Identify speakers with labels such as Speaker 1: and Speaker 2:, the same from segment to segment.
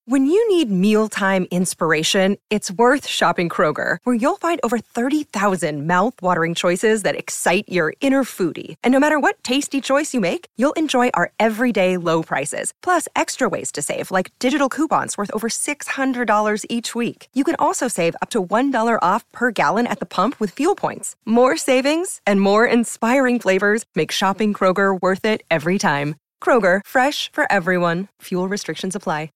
Speaker 1: When you need mealtime inspiration, it's worth shopping Kroger, where you'll find over 30,000 mouth-watering choices that excite your inner foodie. And no matter what tasty choice you make, you'll enjoy our everyday low prices, plus extra ways to save, like digital coupons worth over $600 each week. You can also save up to $1 off per gallon at the pump with fuel points. More savings and more inspiring flavors make shopping Kroger worth it every time. Kroger, fresh for everyone. Fuel restrictions apply.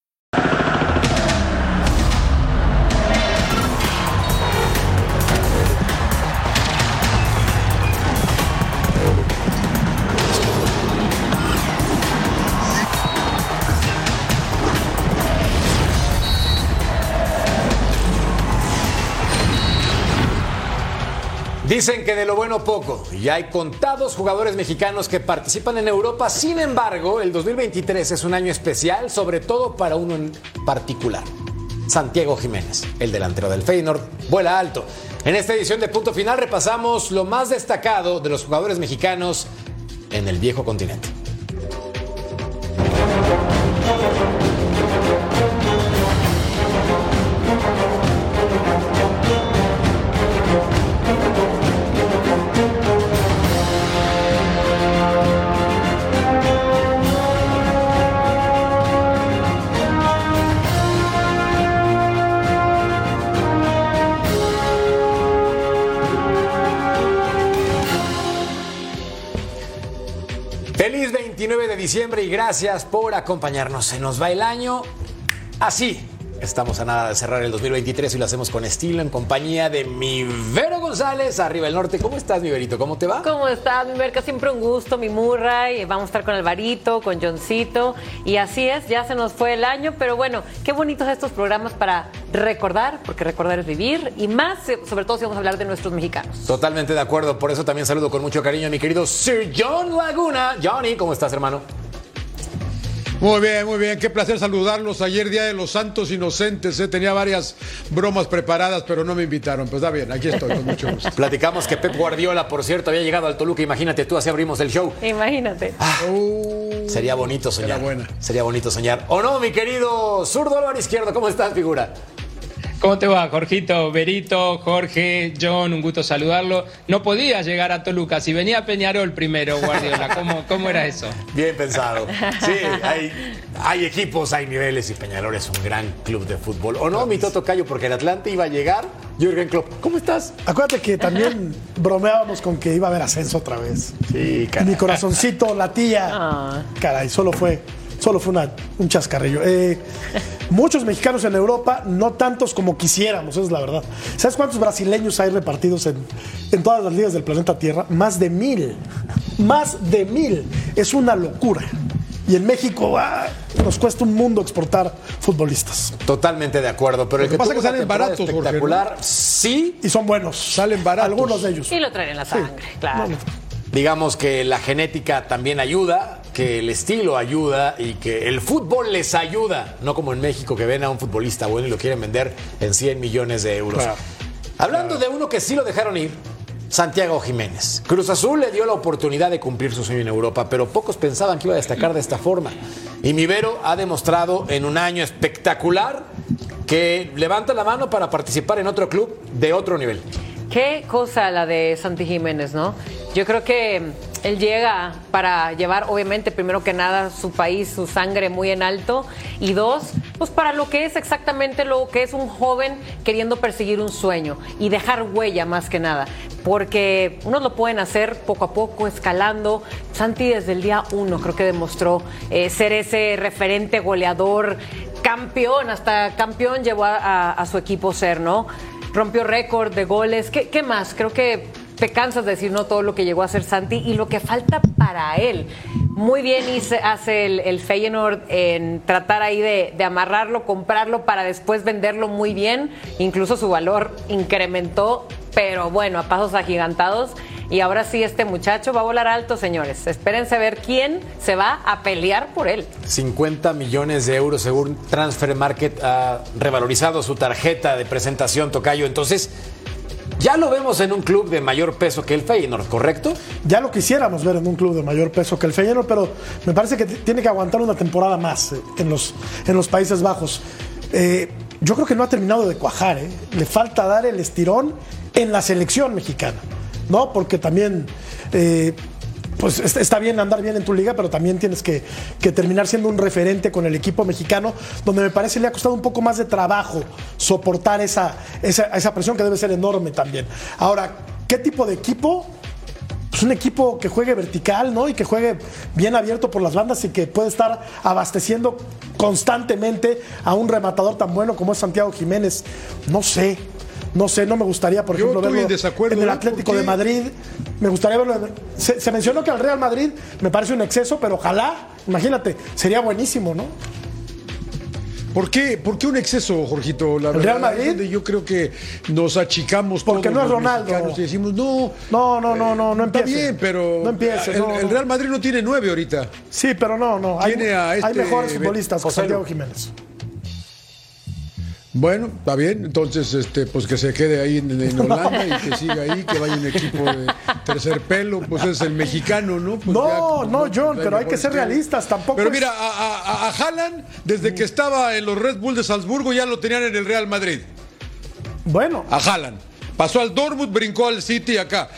Speaker 2: Dicen que de lo bueno poco, y hay contados jugadores mexicanos que participan en Europa. Sin embargo, el 2023 es un año especial, sobre todo para uno en particular. Santiago Jiménez, el delantero del Feyenoord, vuela alto. En esta edición de Punto Final repasamos lo más destacado de los jugadores mexicanos en el viejo continente. Feliz 29 de diciembre y gracias por acompañarnos. Se nos va el año así. Estamos a nada de cerrar el 2023 y lo hacemos con estilo en compañía de mi Vero González, arriba del norte. ¿Cómo estás, mi Verito? ¿Cómo te va?
Speaker 3: ¿Cómo estás, mi Verca? Siempre un gusto, mi Murray. Vamos a estar con Alvarito, con Johncito. Y así es, ya se nos fue el año. Pero bueno, qué bonitos estos programas para recordar, porque recordar es vivir. Y más, sobre todo si vamos a hablar de nuestros mexicanos.
Speaker 2: Totalmente de acuerdo. Por eso también saludo con mucho cariño a mi querido Sir John Laguna. Johnny, ¿cómo estás, hermano?
Speaker 4: Muy bien, muy bien. Qué placer saludarlos. Ayer, Día de los Santos Inocentes. Tenía varias bromas preparadas, pero no me invitaron. Pues está bien, aquí estoy, con mucho gusto.
Speaker 2: Platicamos que Pep Guardiola, por cierto, había llegado al Toluca. Imagínate tú, así abrimos el show.
Speaker 3: Imagínate.
Speaker 2: Sería bonito soñar.
Speaker 4: Buena.
Speaker 2: Sería bonito soñar. ¿O no, mi querido zurdo Álvaro Izquierdo? ¿Cómo estás, figura?
Speaker 5: ¿Cómo te va, Jorgito, Berito, Jorge, John? Un gusto saludarlo. No podía llegar a Toluca, si venía a Peñarol primero, Guardiola. ¿Cómo era eso?
Speaker 2: Bien pensado. Sí, hay equipos, hay niveles y Peñarol es un gran club de fútbol. ¿O no, mi Toto Cayo? Porque el Atlante iba a llegar. Jürgen Klopp, ¿cómo estás?
Speaker 6: Acuérdate que también bromeábamos con que iba a haber ascenso otra vez.
Speaker 2: Sí, caray.
Speaker 6: Y mi corazoncito latía. Caray, solo fue un chascarrillo. Muchos mexicanos en Europa, no tantos como quisiéramos, esa es la verdad. ¿Sabes cuántos brasileños hay repartidos en todas las ligas del planeta Tierra? Más de 1,000. Más de 1,000. Es una locura. Y en México nos cuesta un mundo exportar futbolistas.
Speaker 2: Totalmente de acuerdo. Pero
Speaker 4: Lo que pasa es que salen baratos,
Speaker 2: espectacular,
Speaker 4: Jorge, ¿no?
Speaker 2: Sí.
Speaker 6: Y son buenos.
Speaker 4: Salen baratos.
Speaker 6: Algunos de ellos.
Speaker 3: Y lo traen en la sangre, claro.
Speaker 6: No.
Speaker 2: Digamos que la genética también ayuda, que el estilo ayuda y que el fútbol les ayuda. No como en México, que ven a un futbolista bueno y lo quieren vender en 100 millones de euros.
Speaker 6: Claro.
Speaker 2: Hablando de uno que sí lo dejaron ir, Santiago Jiménez. Cruz Azul le dio la oportunidad de cumplir su sueño en Europa, pero pocos pensaban que iba a destacar de esta forma. Y mi Vero ha demostrado en un año espectacular que levanta la mano para participar en otro club de otro nivel.
Speaker 3: Qué cosa la de Santi Jiménez, ¿no? Yo creo que él llega para llevar, obviamente, primero que nada, su país, su sangre muy en alto. Y dos, pues para lo que es exactamente lo que es un joven queriendo perseguir un sueño y dejar huella más que nada. Porque unos lo pueden hacer poco a poco, escalando. Santi desde el día 1 creo que demostró ser ese referente goleador, campeón, hasta campeón llevó a su equipo ser, ¿no? Rompió récord de goles. ¿Qué más? Creo que te cansas de decir no todo lo que llegó a hacer Santi y lo que falta para él. Muy bien hace el Feyenoord en tratar ahí de amarrarlo, comprarlo para después venderlo muy bien. Incluso su valor incrementó, pero bueno, a pasos agigantados. Y ahora sí, este muchacho va a volar alto, señores. Espérense a ver quién se va a pelear por él.
Speaker 2: 50 millones de euros según Transfer Market ha revalorizado su tarjeta de presentación, Tocayo. Entonces, Ya lo vemos en un club de mayor peso que el Feyenoord, ¿correcto?
Speaker 6: Ya lo quisiéramos ver en un club de mayor peso que el Feyenoord, pero me parece que tiene que aguantar una temporada más en los Países Bajos. Yo creo que no ha terminado de cuajar, ¿eh? Le falta dar el estirón en la selección mexicana, ¿no? Porque también pues está bien andar bien en tu liga, pero también tienes que terminar siendo un referente con el equipo mexicano, donde me parece le ha costado un poco más de trabajo soportar esa presión que debe ser enorme también. Ahora, ¿qué tipo de equipo? Pues un equipo que juegue vertical, ¿no? Y que juegue bien abierto por las bandas y que puede estar abasteciendo constantemente a un rematador tan bueno como es Santiago Jiménez. No sé, no me gustaría, por ejemplo, verlo en el Atlético de Madrid. Me gustaría verlo. Se mencionó que al Real Madrid me parece un exceso, pero ojalá, imagínate, sería buenísimo, ¿no?
Speaker 4: ¿Por qué un exceso, Jorgito? La
Speaker 6: ¿El Real Madrid?
Speaker 4: Yo creo que nos achicamos
Speaker 6: porque
Speaker 4: todos
Speaker 6: no es
Speaker 4: los
Speaker 6: Ronaldo.
Speaker 4: mexicanos y decimos, no
Speaker 6: empiece.
Speaker 4: Está bien, pero
Speaker 6: no empiece,
Speaker 4: el Real Madrid no tiene 9 ahorita.
Speaker 6: Sí, pero no. Hay mejores futbolistas que Santiago Jiménez.
Speaker 4: Bueno, está bien, entonces pues que se quede ahí en Holanda y que siga ahí, que vaya un equipo de tercer pelo, pues es el mexicano, ¿no? Pues
Speaker 6: John, pero hay que ser realistas, tampoco.
Speaker 4: Pero mira, a Haaland, desde que estaba en los Red Bull de Salzburgo, ya lo tenían en el Real Madrid.
Speaker 6: Bueno.
Speaker 4: A Haaland. Pasó al Dortmund, brincó al City acá.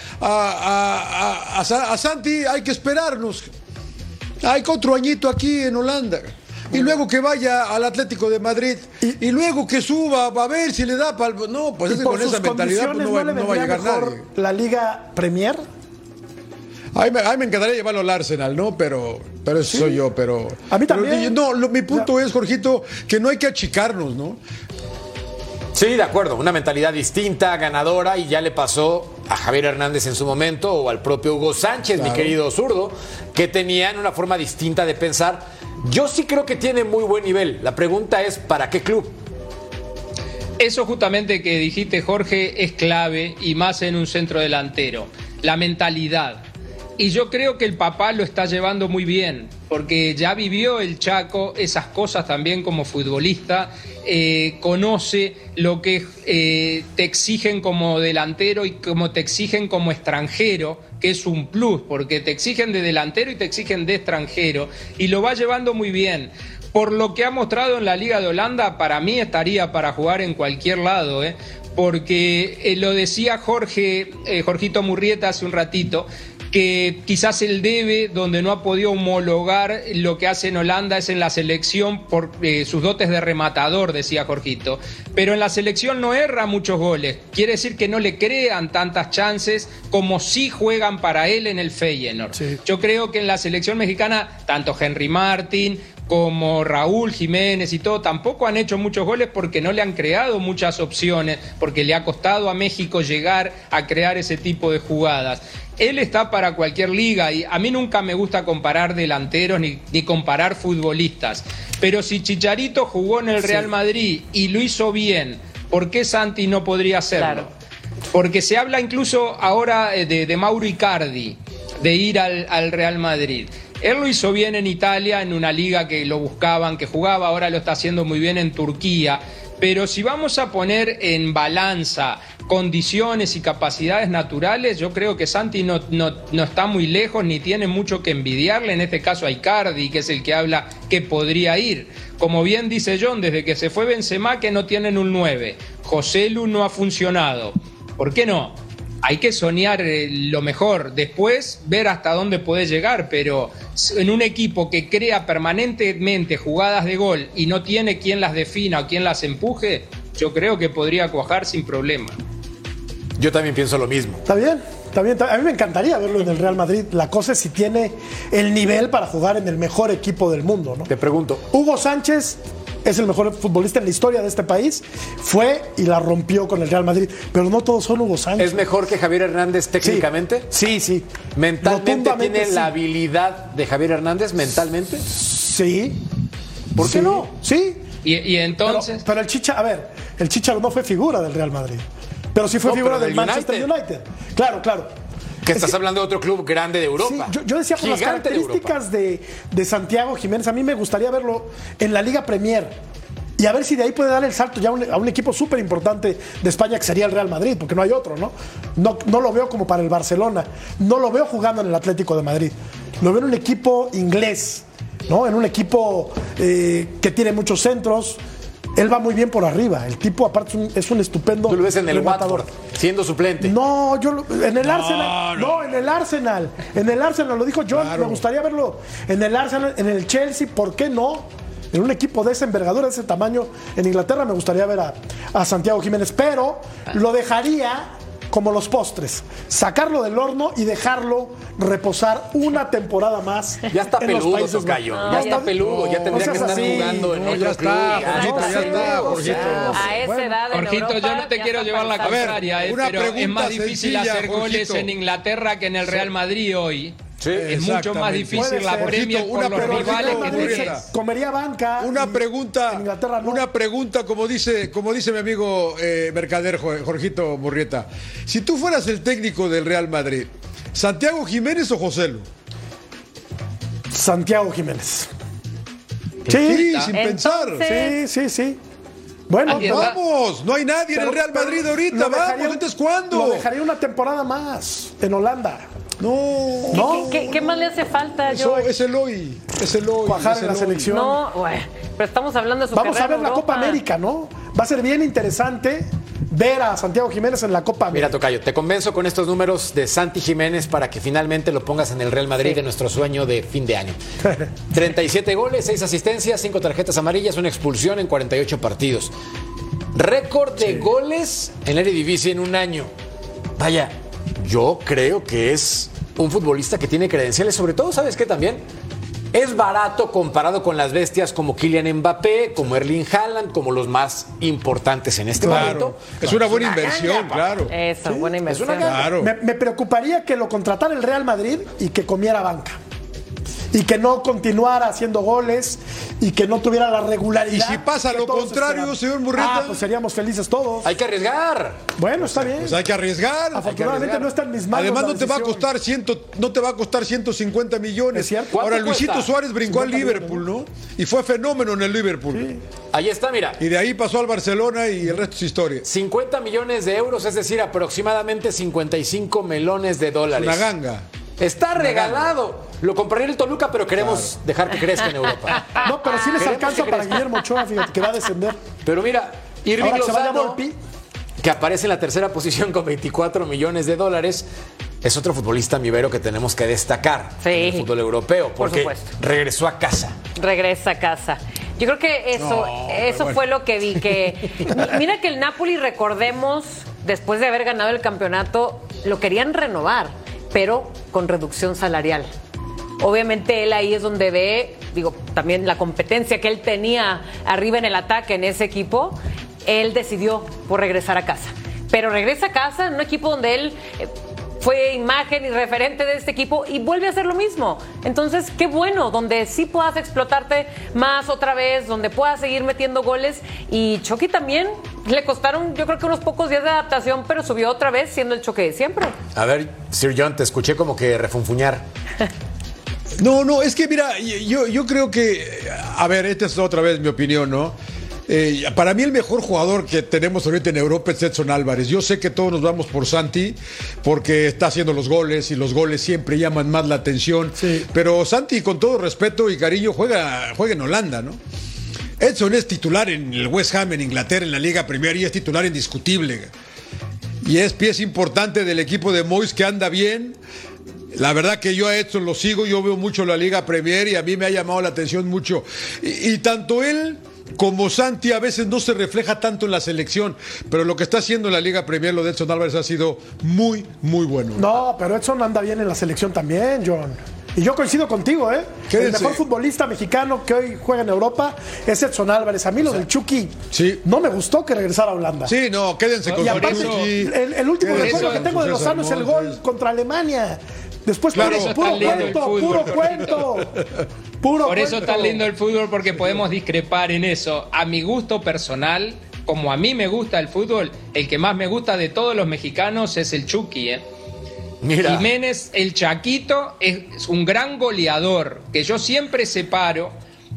Speaker 4: A Santi hay que esperarnos. Hay otro añito aquí en Holanda. Y luego que vaya al Atlético de Madrid. Y luego que suba, va a ver si le da para... No, pues es con esa mentalidad pues no va a llegar nadie.
Speaker 6: ¿La Liga Premier?
Speaker 4: A mí me encantaría llevarlo al Arsenal, ¿no? Pero eso soy yo, pero...
Speaker 6: A mí también.
Speaker 4: Mi punto es, Jorgito, que no hay que achicarnos, ¿no?
Speaker 2: Sí, de acuerdo. Una mentalidad distinta, ganadora, y ya le pasó a Javier Hernández en su momento o al propio Hugo Sánchez, claro, mi querido zurdo, que tenían una forma distinta de pensar. Yo sí creo que tiene muy buen nivel. La pregunta es, ¿para qué club?
Speaker 5: Eso justamente que dijiste, Jorge, es clave, y más en un centro delantero. La mentalidad. Y yo creo que el papá lo está llevando muy bien, porque ya vivió el Chaco esas cosas también como futbolista, conoce lo que te exigen como delantero y como te exigen como extranjero, que es un plus, porque te exigen de delantero y te exigen de extranjero, y lo va llevando muy bien. Por lo que ha mostrado en la Liga de Holanda, para mí estaría para jugar en cualquier lado, porque lo decía Jorgito Murrieta hace un ratito, que quizás el debe, donde no ha podido homologar lo que hace en Holanda, es en la selección por sus dotes de rematador, decía Jorgito. Pero en la selección no erra muchos goles. Quiere decir que no le crean tantas chances como sí juegan para él en el Feyenoord. Sí. Yo creo que en la selección mexicana, tanto Henry Martin como Raúl Jiménez y todo, tampoco han hecho muchos goles porque no le han creado muchas opciones, porque le ha costado a México llegar a crear ese tipo de jugadas. Él está para cualquier liga y a mí nunca me gusta comparar delanteros ni comparar futbolistas. Pero si Chicharito jugó en el Real Madrid y lo hizo bien, ¿por qué Santi no podría hacerlo? Claro. Porque se habla incluso ahora de Mauro Icardi, de ir al Real Madrid. Él lo hizo bien en Italia, en una liga que lo buscaban, que jugaba, ahora lo está haciendo muy bien en Turquía. Pero si vamos a poner en balanza condiciones y capacidades naturales, yo creo que Santi no está muy lejos ni tiene mucho que envidiarle, en este caso a Icardi, que es el que habla que podría ir. Como bien dice John, desde que se fue Benzema que no tienen un 9, Joselu no ha funcionado. ¿Por qué no? Hay que soñar lo mejor, después ver hasta dónde puede llegar, pero en un equipo que crea permanentemente jugadas de gol y no tiene quien las defina o quien las empuje, yo creo que podría cuajar sin problema.
Speaker 2: Yo también pienso lo mismo.
Speaker 6: Está bien. A mí me encantaría verlo en el Real Madrid. La cosa es si tiene el nivel para jugar en el mejor equipo del mundo, ¿no?
Speaker 2: Te pregunto.
Speaker 6: Hugo Sánchez es el mejor futbolista en la historia de este país. Fue y la rompió con el Real Madrid. Pero no todos son Hugo Sánchez.
Speaker 2: ¿Es mejor que Javier Hernández técnicamente?
Speaker 6: Sí.
Speaker 2: ¿Mentalmente tiene la habilidad de Javier Hernández? ¿Mentalmente?
Speaker 6: Sí.
Speaker 2: ¿Por qué no?
Speaker 6: Sí.
Speaker 5: ¿Y entonces?
Speaker 6: Pero el Chicha, el Chicha no fue figura del Real Madrid. Pero sí fue figura del Manchester United. Claro.
Speaker 2: Que estás hablando de otro club grande de Europa.
Speaker 6: Sí, yo decía por las características de Santiago Jiménez, a mí me gustaría verlo en la Liga Premier y a ver si de ahí puede dar el salto ya a un equipo súper importante de España, que sería el Real Madrid, porque no hay otro, ¿no? No lo veo como para el Barcelona, no lo veo jugando en el Atlético de Madrid, lo veo en un equipo inglés, ¿no? En un equipo que tiene muchos centros. Él va muy bien por arriba. El tipo, aparte, es un estupendo.
Speaker 2: Tú lo ves en el
Speaker 6: rematador.
Speaker 2: Watford, siendo suplente.
Speaker 6: No, en el Arsenal. No, en el Arsenal. En el Arsenal, lo dijo John.
Speaker 4: Claro.
Speaker 6: Me gustaría verlo en el Arsenal, en el Chelsea. ¿Por qué no? En un equipo de esa envergadura, de ese tamaño, en Inglaterra, me gustaría ver a Santiago Jiménez. Pero lo dejaría como los postres. Sacarlo del horno y dejarlo reposar una temporada más.
Speaker 2: Ya está
Speaker 6: en los
Speaker 2: peludo,
Speaker 6: Países
Speaker 2: Tocayo.
Speaker 6: Bajos.
Speaker 2: Ya está peludo. Ya tendría
Speaker 6: no
Speaker 2: que
Speaker 6: seas
Speaker 2: estar
Speaker 6: así.
Speaker 2: jugando en
Speaker 4: No,
Speaker 2: otro
Speaker 4: ya está,
Speaker 2: club.
Speaker 4: Jorgito, ya está, Jorgito.
Speaker 3: A esa edad en
Speaker 5: Jorgito,
Speaker 3: Europa,
Speaker 5: yo no te
Speaker 3: ya
Speaker 5: quiero
Speaker 3: está
Speaker 5: llevar la
Speaker 3: pensando.
Speaker 5: contraria,
Speaker 4: una
Speaker 5: pero es
Speaker 4: pregunta
Speaker 5: más difícil
Speaker 4: sencilla,
Speaker 5: hacer goles
Speaker 4: Jorgito.
Speaker 5: en Inglaterra que en el Real Madrid hoy.
Speaker 2: Sí,
Speaker 5: es mucho más
Speaker 4: exactamente.
Speaker 5: difícil
Speaker 6: Puede
Speaker 5: la
Speaker 6: ser.
Speaker 5: Premier
Speaker 4: Jorgito,
Speaker 5: por los
Speaker 4: una pregunta,
Speaker 5: rivales que
Speaker 6: Madrid se
Speaker 5: tienes.
Speaker 6: comería banca.
Speaker 4: Una
Speaker 6: y
Speaker 4: pregunta,
Speaker 6: en Inglaterra no.
Speaker 4: una pregunta, como dice mi amigo mercader Jorgito Murrieta. Si tú fueras el técnico del Real Madrid, ¿Santiago Jiménez o Joselu?
Speaker 6: Santiago Jiménez.
Speaker 4: Sí,
Speaker 6: Sí,
Speaker 4: sin pensar.
Speaker 6: sí. Bueno,
Speaker 5: Ahí está.
Speaker 4: Vamos, no hay nadie en el Real Madrid ahorita.
Speaker 6: lo dejaría-
Speaker 4: Vamos, entonces ¿cuándo?
Speaker 6: Lo dejaría una temporada más en Holanda.
Speaker 4: No,
Speaker 3: ¿Qué más le hace falta,
Speaker 4: eso
Speaker 3: George?
Speaker 4: es Eloy.
Speaker 6: Cuajar
Speaker 4: es
Speaker 6: en la
Speaker 4: Eloy.
Speaker 6: selección.
Speaker 3: No, güey, pero estamos hablando de su
Speaker 6: Vamos a
Speaker 3: carrera
Speaker 6: ver
Speaker 3: en
Speaker 6: la
Speaker 3: Europa.
Speaker 6: Copa América, ¿no? Va a ser bien interesante ver a Santiago Jiménez en la Copa
Speaker 2: Mira,
Speaker 6: América.
Speaker 2: Tocayo, te convenzo con estos números de Santi Jiménez para que finalmente lo pongas en el Real Madrid,
Speaker 3: Sí.
Speaker 2: de nuestro sueño de fin de año. 37 goles, 6 asistencias, 5 tarjetas amarillas, una expulsión en 48 partidos. Récord de goles en la Eredivisie en un año. Vaya, yo creo que es un futbolista que tiene credenciales, sobre todo, ¿sabes qué también? Es barato comparado con las bestias como Kylian Mbappé, como Erling Haaland, como los más importantes en este
Speaker 4: Claro,
Speaker 2: momento.
Speaker 4: es una buena inversión, claro.
Speaker 3: Eso, buena inversión.
Speaker 2: una ganga.
Speaker 4: Claro.
Speaker 6: Me preocuparía que lo contratara el Real Madrid y que comiera banca. Y que no continuara haciendo goles y que no tuviera la regularidad.
Speaker 4: Y si pasa
Speaker 6: que
Speaker 4: lo
Speaker 6: todos
Speaker 4: contrario,
Speaker 6: esperamos.
Speaker 4: señor Murrieta.
Speaker 6: Pues seríamos felices todos.
Speaker 2: Hay que arriesgar.
Speaker 6: Bueno, está bien.
Speaker 4: Pues hay que arriesgar.
Speaker 6: Afortunadamente no está en mis manos.
Speaker 4: Además
Speaker 6: la
Speaker 4: no te va a
Speaker 6: decisión.
Speaker 4: costar no te va a costar 150 millones.
Speaker 6: Es cierto.
Speaker 4: Ahora
Speaker 2: ¿Cuánto
Speaker 4: Luisito
Speaker 2: cuesta?
Speaker 4: Suárez brincó al
Speaker 6: 50
Speaker 4: Liverpool, ¿no? Y fue fenómeno en el Liverpool.
Speaker 2: Ahí está, mira.
Speaker 4: Y de ahí pasó al Barcelona y el resto es historia.
Speaker 2: 50 millones de euros, es decir, aproximadamente 55 melones de dólares.
Speaker 4: Una ganga.
Speaker 2: Está regalado. Lo compraría el Toluca, pero queremos dejar que crezca en Europa.
Speaker 6: No, pero sí les
Speaker 2: Queremos
Speaker 6: alcanza
Speaker 2: que
Speaker 6: para
Speaker 2: crezca.
Speaker 6: Guillermo Ochoa, fíjate, que va a descender.
Speaker 2: Pero mira, Irving
Speaker 6: Ahora que se vaya
Speaker 2: Lozano,
Speaker 6: Volpi.
Speaker 2: que aparece en la tercera posición con 24 millones de dólares, es otro futbolista mibero que tenemos que destacar
Speaker 3: Sí.
Speaker 2: en el fútbol europeo,
Speaker 3: Por
Speaker 2: porque
Speaker 3: supuesto.
Speaker 2: regresó a casa.
Speaker 3: Regresa a casa. Yo creo que eso fue lo que vi. Mira que el Napoli, recordemos, después de haber ganado el campeonato, lo querían renovar, pero con reducción salarial. Obviamente él ahí es donde ve, también la competencia que él tenía arriba en el ataque en ese equipo. Él decidió por regresar a casa. Pero regresa a casa en un equipo donde él fue imagen y referente de este equipo y vuelve a hacer lo mismo. Entonces, qué bueno, donde sí puedas explotarte más otra vez, donde puedas seguir metiendo goles. Y Chucky también le costaron, yo creo que unos pocos días de adaptación, pero subió otra vez siendo el Chucky de siempre.
Speaker 2: A ver, Sir John, te escuché como que refunfuñar.
Speaker 4: No, es que mira, yo creo que, a ver, esta es otra vez mi opinión, ¿no? Para mí el mejor jugador que tenemos ahorita en Europa es Edson Álvarez. Yo sé que todos nos vamos por Santi porque está haciendo los goles y los goles siempre llaman más la atención.
Speaker 6: Sí.
Speaker 4: Pero Santi, con todo respeto y cariño, juega en Holanda, ¿no? Edson es titular en el West Ham, en Inglaterra, en la Liga Premier, y es titular indiscutible. Y es pieza importante del equipo de Moyes, que anda bien. La verdad que yo a Edson lo sigo, yo veo mucho la Liga Premier y a mí me ha llamado la atención mucho. Y tanto él como Santi a veces no se refleja tanto en la selección, pero lo que está haciendo en la Liga Premier, lo de Edson Álvarez, ha sido muy, muy bueno.
Speaker 6: No, pero Edson anda bien en la selección también, John. Y yo coincido contigo, ¿eh?
Speaker 4: Quédense.
Speaker 6: El mejor futbolista mexicano que hoy juega en Europa es Edson Álvarez. A mí lo del Chucky
Speaker 4: Sí.
Speaker 6: no me gustó que regresara a Holanda.
Speaker 4: Sí, no, quédense con
Speaker 6: Y aparte,
Speaker 4: Chucky.
Speaker 6: el último
Speaker 4: Quédense
Speaker 6: recuerdo que
Speaker 4: con
Speaker 6: tengo de
Speaker 4: César
Speaker 6: Lozano es el
Speaker 4: Montes.
Speaker 6: gol contra Alemania. Después
Speaker 4: Claro.
Speaker 6: puro,
Speaker 5: Por eso
Speaker 6: puro
Speaker 5: es tan lindo el
Speaker 6: cuento,
Speaker 5: fútbol,
Speaker 6: puro
Speaker 5: Jorgito.
Speaker 6: cuento. Puro
Speaker 5: Por eso
Speaker 6: cuento.
Speaker 5: es tan lindo el fútbol, porque podemos discrepar en eso. A mi gusto personal, como a mí me gusta el fútbol, el que más me gusta de todos los mexicanos es el Chucky, ¿eh?
Speaker 2: Mira.
Speaker 5: Jiménez, el Chaquito, es un gran goleador, que yo siempre separo,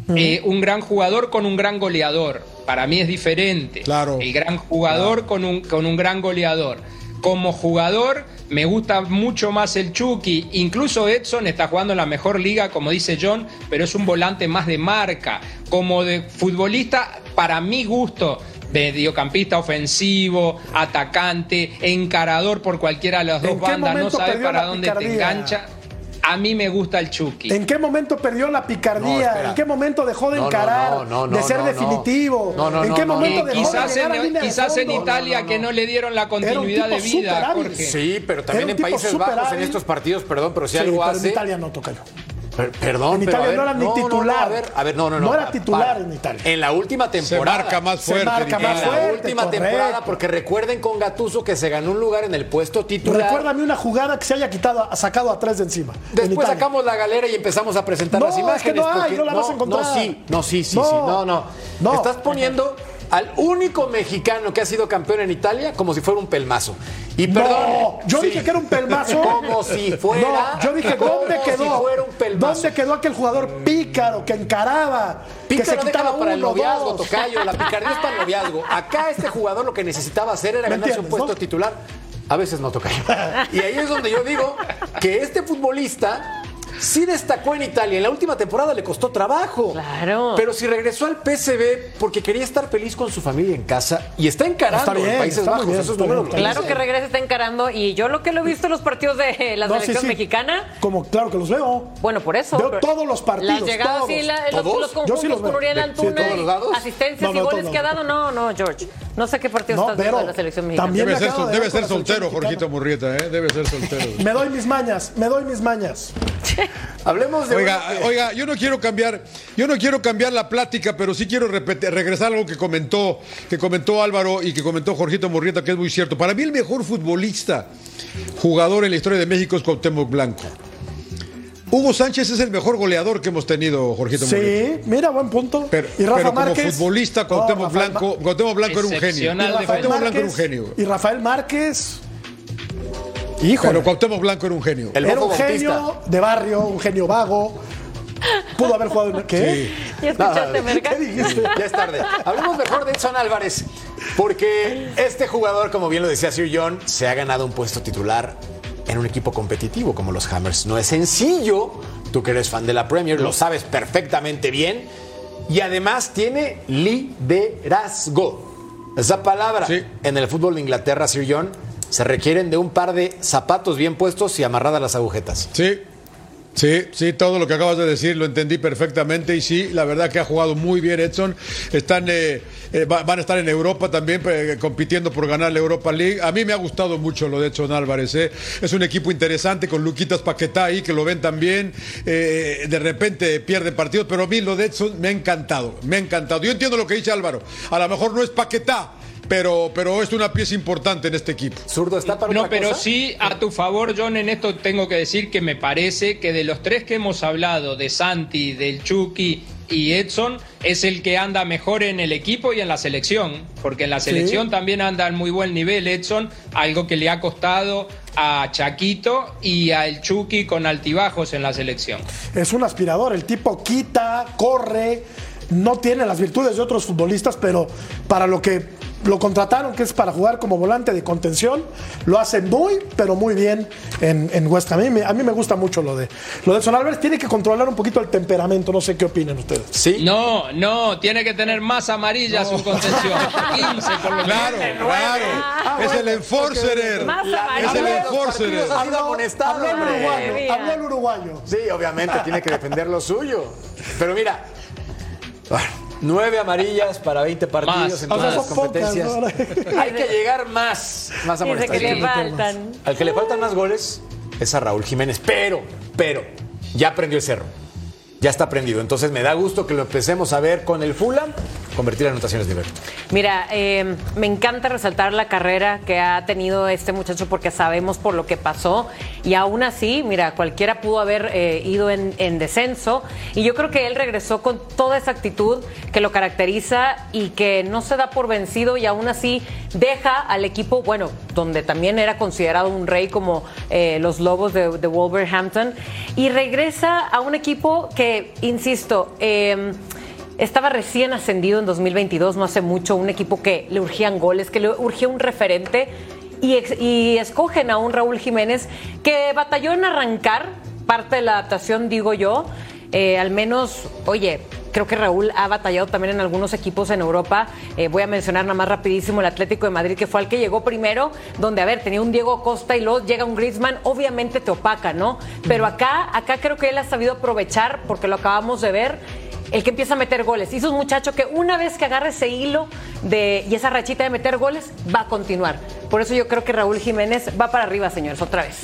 Speaker 5: un gran jugador con un gran goleador. Para mí es diferente.
Speaker 4: Claro.
Speaker 5: El gran jugador con un gran goleador. Como jugador me gusta mucho más el Chucky. Incluso Edson está jugando en la mejor liga, como dice John, pero es un volante más de marca. Como de futbolista, para mi gusto, mediocampista ofensivo, atacante, encarador por cualquiera de las dos bandas, no sabe para dónde te engancha. A mí me gusta el Chucky.
Speaker 6: ¿En qué momento perdió la picardía? ¿En qué momento dejó de encarar, de ser definitivo? ¿En qué momento dejó de llegar a línea de
Speaker 5: quizás en
Speaker 6: fondo?
Speaker 5: Italia que no le dieron la continuidad de vida, Jorge.
Speaker 2: Sí, pero también en Países Bajos, en estos partidos, perdón, pero si algo hace...
Speaker 6: en Italia no toca yo.
Speaker 2: Perdón,
Speaker 6: en Italia no era ni titular.
Speaker 2: No
Speaker 6: era titular en Italia.
Speaker 2: En la última temporada.
Speaker 4: Se marca más fuerte.
Speaker 2: En la última temporada, porque recuerden con Gattuso que se ganó un lugar en el puesto titular.
Speaker 6: Recuérdame una jugada que se haya sacado a 3 de encima.
Speaker 2: Después sacamos la galera y empezamos a presentar las imágenes.
Speaker 6: Es que no hay, no la vas a encontrar.
Speaker 2: No. Estás poniendo al único mexicano que ha sido campeón en Italia como si fuera un pelmazo. Y perdón.
Speaker 6: Yo dije que era un pelmazo.
Speaker 2: Como si fuera.
Speaker 6: No, yo dije, ¿dónde quedó?
Speaker 2: Si fuera un pelmazo.
Speaker 6: ¿Dónde quedó aquel jugador pícaro que encaraba?
Speaker 2: Pícaro,
Speaker 6: que se quitaba
Speaker 2: déjalo para el noviazgo,
Speaker 6: dos.
Speaker 2: tocayo. La picardía es para el noviazgo. Acá este jugador lo que necesitaba hacer era ganarse un puesto titular. A veces no, tocayo. Y ahí es donde yo digo que este futbolista sí destacó en Italia. En la última temporada le costó trabajo.
Speaker 3: Claro.
Speaker 2: Pero si regresó al PSV porque quería estar feliz con su familia en casa y está encarando en Países Bajos. Esos números.
Speaker 3: Claro que regresa, está encarando. Y yo lo que lo he visto en los partidos de la selección mexicana.
Speaker 6: Como claro que los veo.
Speaker 3: Bueno, por eso.
Speaker 6: Veo todos los partidos.
Speaker 3: Las llegadas
Speaker 6: todos.
Speaker 3: y los conjuntos con Uriel Antuna, asistencias y goles que ha dado. No, George. No sé qué partido estás viendo de la selección mexicana.
Speaker 4: Debe ser soltero, Jorgito Murrieta, Debe ser soltero.
Speaker 6: Me doy mis mañas.
Speaker 2: Hablemos de...
Speaker 4: Oiga, yo no quiero cambiar la plática, pero sí quiero regresar a algo que comentó Álvaro y que comentó Jorgito Murrieta, que es muy cierto. Para mí el mejor jugador en la historia de México es Cuauhtémoc Blanco. Hugo Sánchez es el mejor goleador que hemos tenido, Jorgito Murrieta.
Speaker 6: Sí, mira, buen punto.
Speaker 4: Y Rafa Márquez, como futbolista, Cuauhtémoc Blanco era un genio.
Speaker 6: Y Rafael Márquez... Híjole.
Speaker 4: Pero Cuauhtémoc Blanco era un genio.
Speaker 6: Era un genio de barrio, un genio vago. Pudo haber jugado en... ¿Qué?
Speaker 3: Sí. ¿Ya escuchaste, Merca?
Speaker 6: ¿Qué dijiste?
Speaker 2: Ya es tarde. Hablemos mejor de Edson Álvarez, porque este jugador, como bien lo decía Sir John, se ha ganado un puesto titular en un equipo competitivo como los Hammers. No es sencillo. Tú que eres fan de la Premier, lo sabes perfectamente bien. Y además tiene liderazgo. Esa palabra en el fútbol de Inglaterra, Sir John, se requieren de un par de zapatos bien puestos y amarradas las agujetas.
Speaker 4: Sí, todo lo que acabas de decir lo entendí perfectamente y sí, la verdad que ha jugado muy bien Edson. Van a estar en Europa también compitiendo por ganar la Europa League. A mí me ha gustado mucho lo de Edson Álvarez. Es un equipo interesante con Luquitas Paquetá ahí que lo ven también. De repente pierden partidos, pero a mí lo de Edson me ha encantado. Yo entiendo lo que dice Álvaro. A lo mejor no es Paquetá, pero es una pieza importante en este equipo.
Speaker 2: Zurdo está para
Speaker 5: No, pero sí, a tu favor, John, en esto tengo que decir que me parece que de los tres que hemos hablado, de Santi, del Chucky y Edson, es el que anda mejor en el equipo y en la selección, porque en la selección también anda en muy buen nivel Edson, algo que le ha costado a Chaquito y al Chucky con altibajos en la selección.
Speaker 6: Es un aspirador, el tipo quita, corre, no tiene las virtudes de otros futbolistas, pero para lo que lo contrataron, que es para jugar como volante de contención, lo hace muy, pero muy bien en West Ham. A mí me gusta mucho lo de Edson Álvarez. Tiene que controlar un poquito el temperamento, no sé qué opinan ustedes.
Speaker 2: ¿Sí?
Speaker 5: No, tiene que tener más amarilla su contención. 15 por lo menos.
Speaker 4: Claro. Es el enforcer.
Speaker 3: Más amarilla.
Speaker 4: Es el enforcer.
Speaker 6: Habló el uruguayo.
Speaker 2: Sí, obviamente tiene que defender lo suyo. Pero mira, 9 amarillas para 20 partidos en todas las competencias. Pocas, ¿no? Hay que llegar más amonestas.
Speaker 3: Dice que le faltan.
Speaker 2: Al que le faltan más goles es a Raúl Jiménez, pero ya prendió el cerro. Ya está prendido. Entonces me da gusto que lo empecemos a ver con el Fulham convertir anotaciones de Berto.
Speaker 3: Mira, me encanta resaltar la carrera que ha tenido este muchacho porque sabemos por lo que pasó y aún así, mira, cualquiera pudo haber ido en descenso y yo creo que él regresó con toda esa actitud que lo caracteriza y que no se da por vencido y aún así deja al equipo, bueno, donde también era considerado un rey como los Lobos de Wolverhampton y regresa a un equipo que, insisto, estaba recién ascendido en 2022, no hace mucho, un equipo que le urgían goles, que le urgía un referente, y escogen a un Raúl Jiménez que batalló en arrancar, parte de la adaptación, digo yo, al menos, oye, creo que Raúl ha batallado también en algunos equipos en Europa. Voy a mencionar nada más rapidísimo el Atlético de Madrid, que fue al que llegó primero, donde, a ver, tenía un Diego Costa y luego llega un Griezmann, obviamente te opaca, ¿no? Pero acá creo que él ha sabido aprovechar, porque lo acabamos de ver, el que empieza a meter goles. Y es un muchacho que una vez que agarre ese hilo y esa rachita de meter goles, va a continuar. Por eso yo creo que Raúl Jiménez va para arriba, señores, otra vez.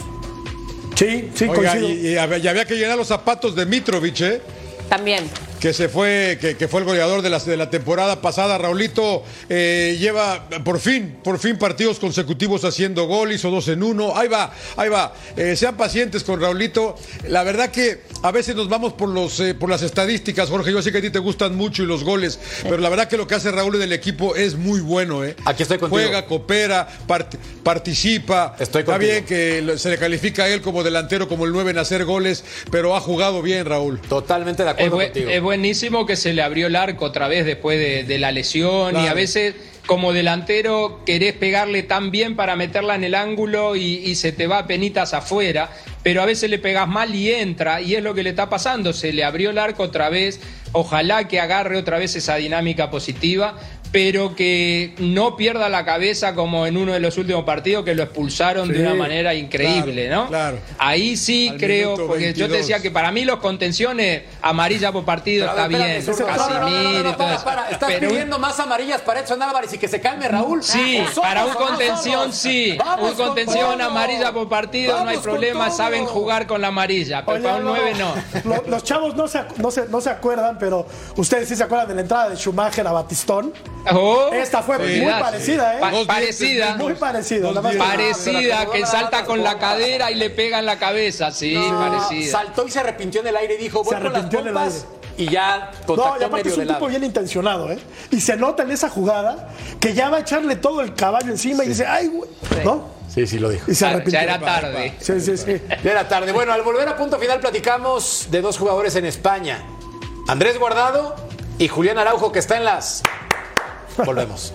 Speaker 6: Sí,
Speaker 4: Oiga,
Speaker 6: coincido.
Speaker 4: y había que llenar los zapatos de Mitrovic, ¿eh?
Speaker 3: También.
Speaker 4: Que fue el goleador de la temporada pasada. Raulito lleva por fin partidos consecutivos haciendo gol, hizo 2 en 1. Ahí va. Sean pacientes con Raulito. La verdad que a veces nos vamos por las estadísticas, Jorge. Yo sé que a ti te gustan mucho y los goles, pero la verdad que lo que hace Raúl en el equipo es muy bueno, ¿eh?
Speaker 2: Aquí estoy contigo.
Speaker 4: Juega, coopera, participa.
Speaker 2: Estoy
Speaker 4: Está
Speaker 2: contigo.
Speaker 4: bien que se le califica a él como delantero, como el 9 en hacer goles, pero ha jugado bien, Raúl.
Speaker 2: Totalmente de acuerdo contigo.
Speaker 5: Es buenísimo que se le abrió el arco otra vez después de la lesión,
Speaker 4: Claro.
Speaker 5: y a veces como delantero querés pegarle tan bien para meterla en el ángulo y se te va penitas afuera, pero a veces le pegás mal y entra, y es lo que le está pasando, se le abrió el arco otra vez. Ojalá que agarre otra vez esa dinámica positiva, pero que no pierda la cabeza como en uno de los últimos partidos, que lo expulsaron de una manera increíble,
Speaker 4: claro,
Speaker 5: ¿no?
Speaker 4: claro.
Speaker 5: Ahí sí
Speaker 4: Al
Speaker 5: creo,
Speaker 4: minuto
Speaker 5: porque
Speaker 4: 22.
Speaker 5: yo te decía que para mí los contenciones, amarilla por partido
Speaker 2: Pero,
Speaker 5: está
Speaker 2: espérame,
Speaker 5: bien,
Speaker 2: Zurdo.
Speaker 5: Casimiro y todo eso.
Speaker 2: Estás
Speaker 5: Pero
Speaker 2: pidiendo más amarillas para Edson Álvarez y que se calme Raúl.
Speaker 5: sí,
Speaker 2: ¿O somos
Speaker 5: para un
Speaker 2: o no
Speaker 5: contención
Speaker 2: somos?
Speaker 5: sí,
Speaker 2: Vamos
Speaker 5: un contención
Speaker 2: con todo.
Speaker 5: amarilla por partido, no hay
Speaker 2: Vamos con
Speaker 5: problema,
Speaker 2: todo.
Speaker 5: saben jugar con la amarilla, pero
Speaker 6: Oye,
Speaker 5: para un 9 no.
Speaker 6: Los chavos no se acuerdan, pero ustedes sí se acuerdan de la entrada de Schumacher a Batistón.
Speaker 5: Oh,
Speaker 6: Esta fue muy parecida, ¿eh?
Speaker 5: Pa- parecida.
Speaker 6: Muy parecida.
Speaker 4: Dos
Speaker 6: nada más.
Speaker 4: dientes.
Speaker 5: Parecida, que salta con la cadera y le pega en la cabeza, sí, parecida.
Speaker 2: Saltó y se arrepintió en el aire y dijo, voy
Speaker 6: Se
Speaker 2: con las
Speaker 6: arrepintió en el
Speaker 2: pompas.
Speaker 6: aire.
Speaker 2: Y ya
Speaker 6: No, y
Speaker 2: contactó
Speaker 6: aparte
Speaker 2: medio
Speaker 6: es
Speaker 2: de
Speaker 6: un tipo
Speaker 2: lado.
Speaker 6: bien intencionado, ¿eh? Y se nota en esa jugada que ya va a echarle todo el caballo encima y dice, ay, güey, ¿no?
Speaker 2: Sí, lo dijo.
Speaker 6: Y se arrepintió.
Speaker 5: Ya era tarde.
Speaker 6: Sí.
Speaker 2: Ya era tarde. Bueno, al volver a punto final platicamos de 2 jugadores en España. Andrés Guardado y Julián Araujo, que está en las... Volvemos.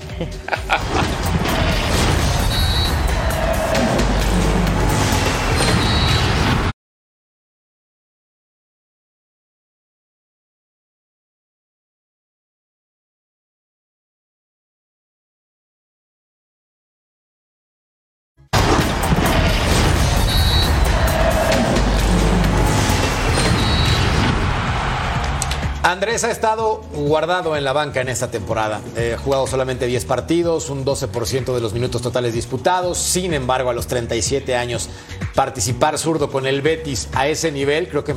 Speaker 2: Andrés ha estado guardado en la banca en esta temporada. Ha jugado solamente 10 partidos, un 12% de los minutos totales disputados. Sin embargo, a los 37 años, participar zurdo con el Betis a ese nivel, creo que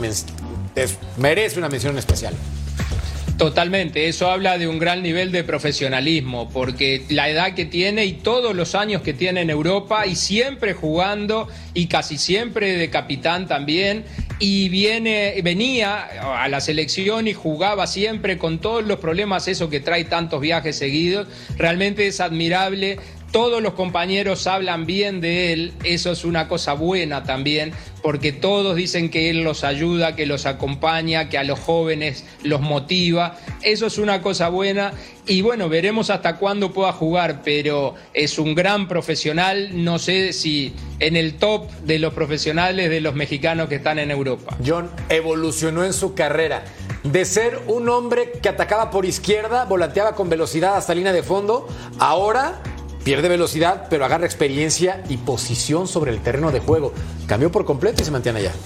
Speaker 2: merece una mención especial.
Speaker 5: Totalmente, eso habla de un gran nivel de profesionalismo, porque la edad que tiene y todos los años que tiene en Europa, y siempre jugando y casi siempre de capitán también, y venía a la selección y jugaba siempre con todos los problemas, eso que trae tantos viajes seguidos, realmente es admirable. Todos los compañeros hablan bien de él, eso es una cosa buena también, porque todos dicen que él los ayuda, que los acompaña, que a los jóvenes los motiva, eso es una cosa buena, y bueno, veremos hasta cuándo pueda jugar, pero es un gran profesional, no sé si en el top de los profesionales de los mexicanos que están en Europa.
Speaker 2: John evolucionó en su carrera de ser un hombre que atacaba por izquierda, volanteaba con velocidad hasta línea de fondo, ahora pierde velocidad, pero agarra experiencia y posición sobre el terreno de juego. Cambió por completo y se mantiene allá.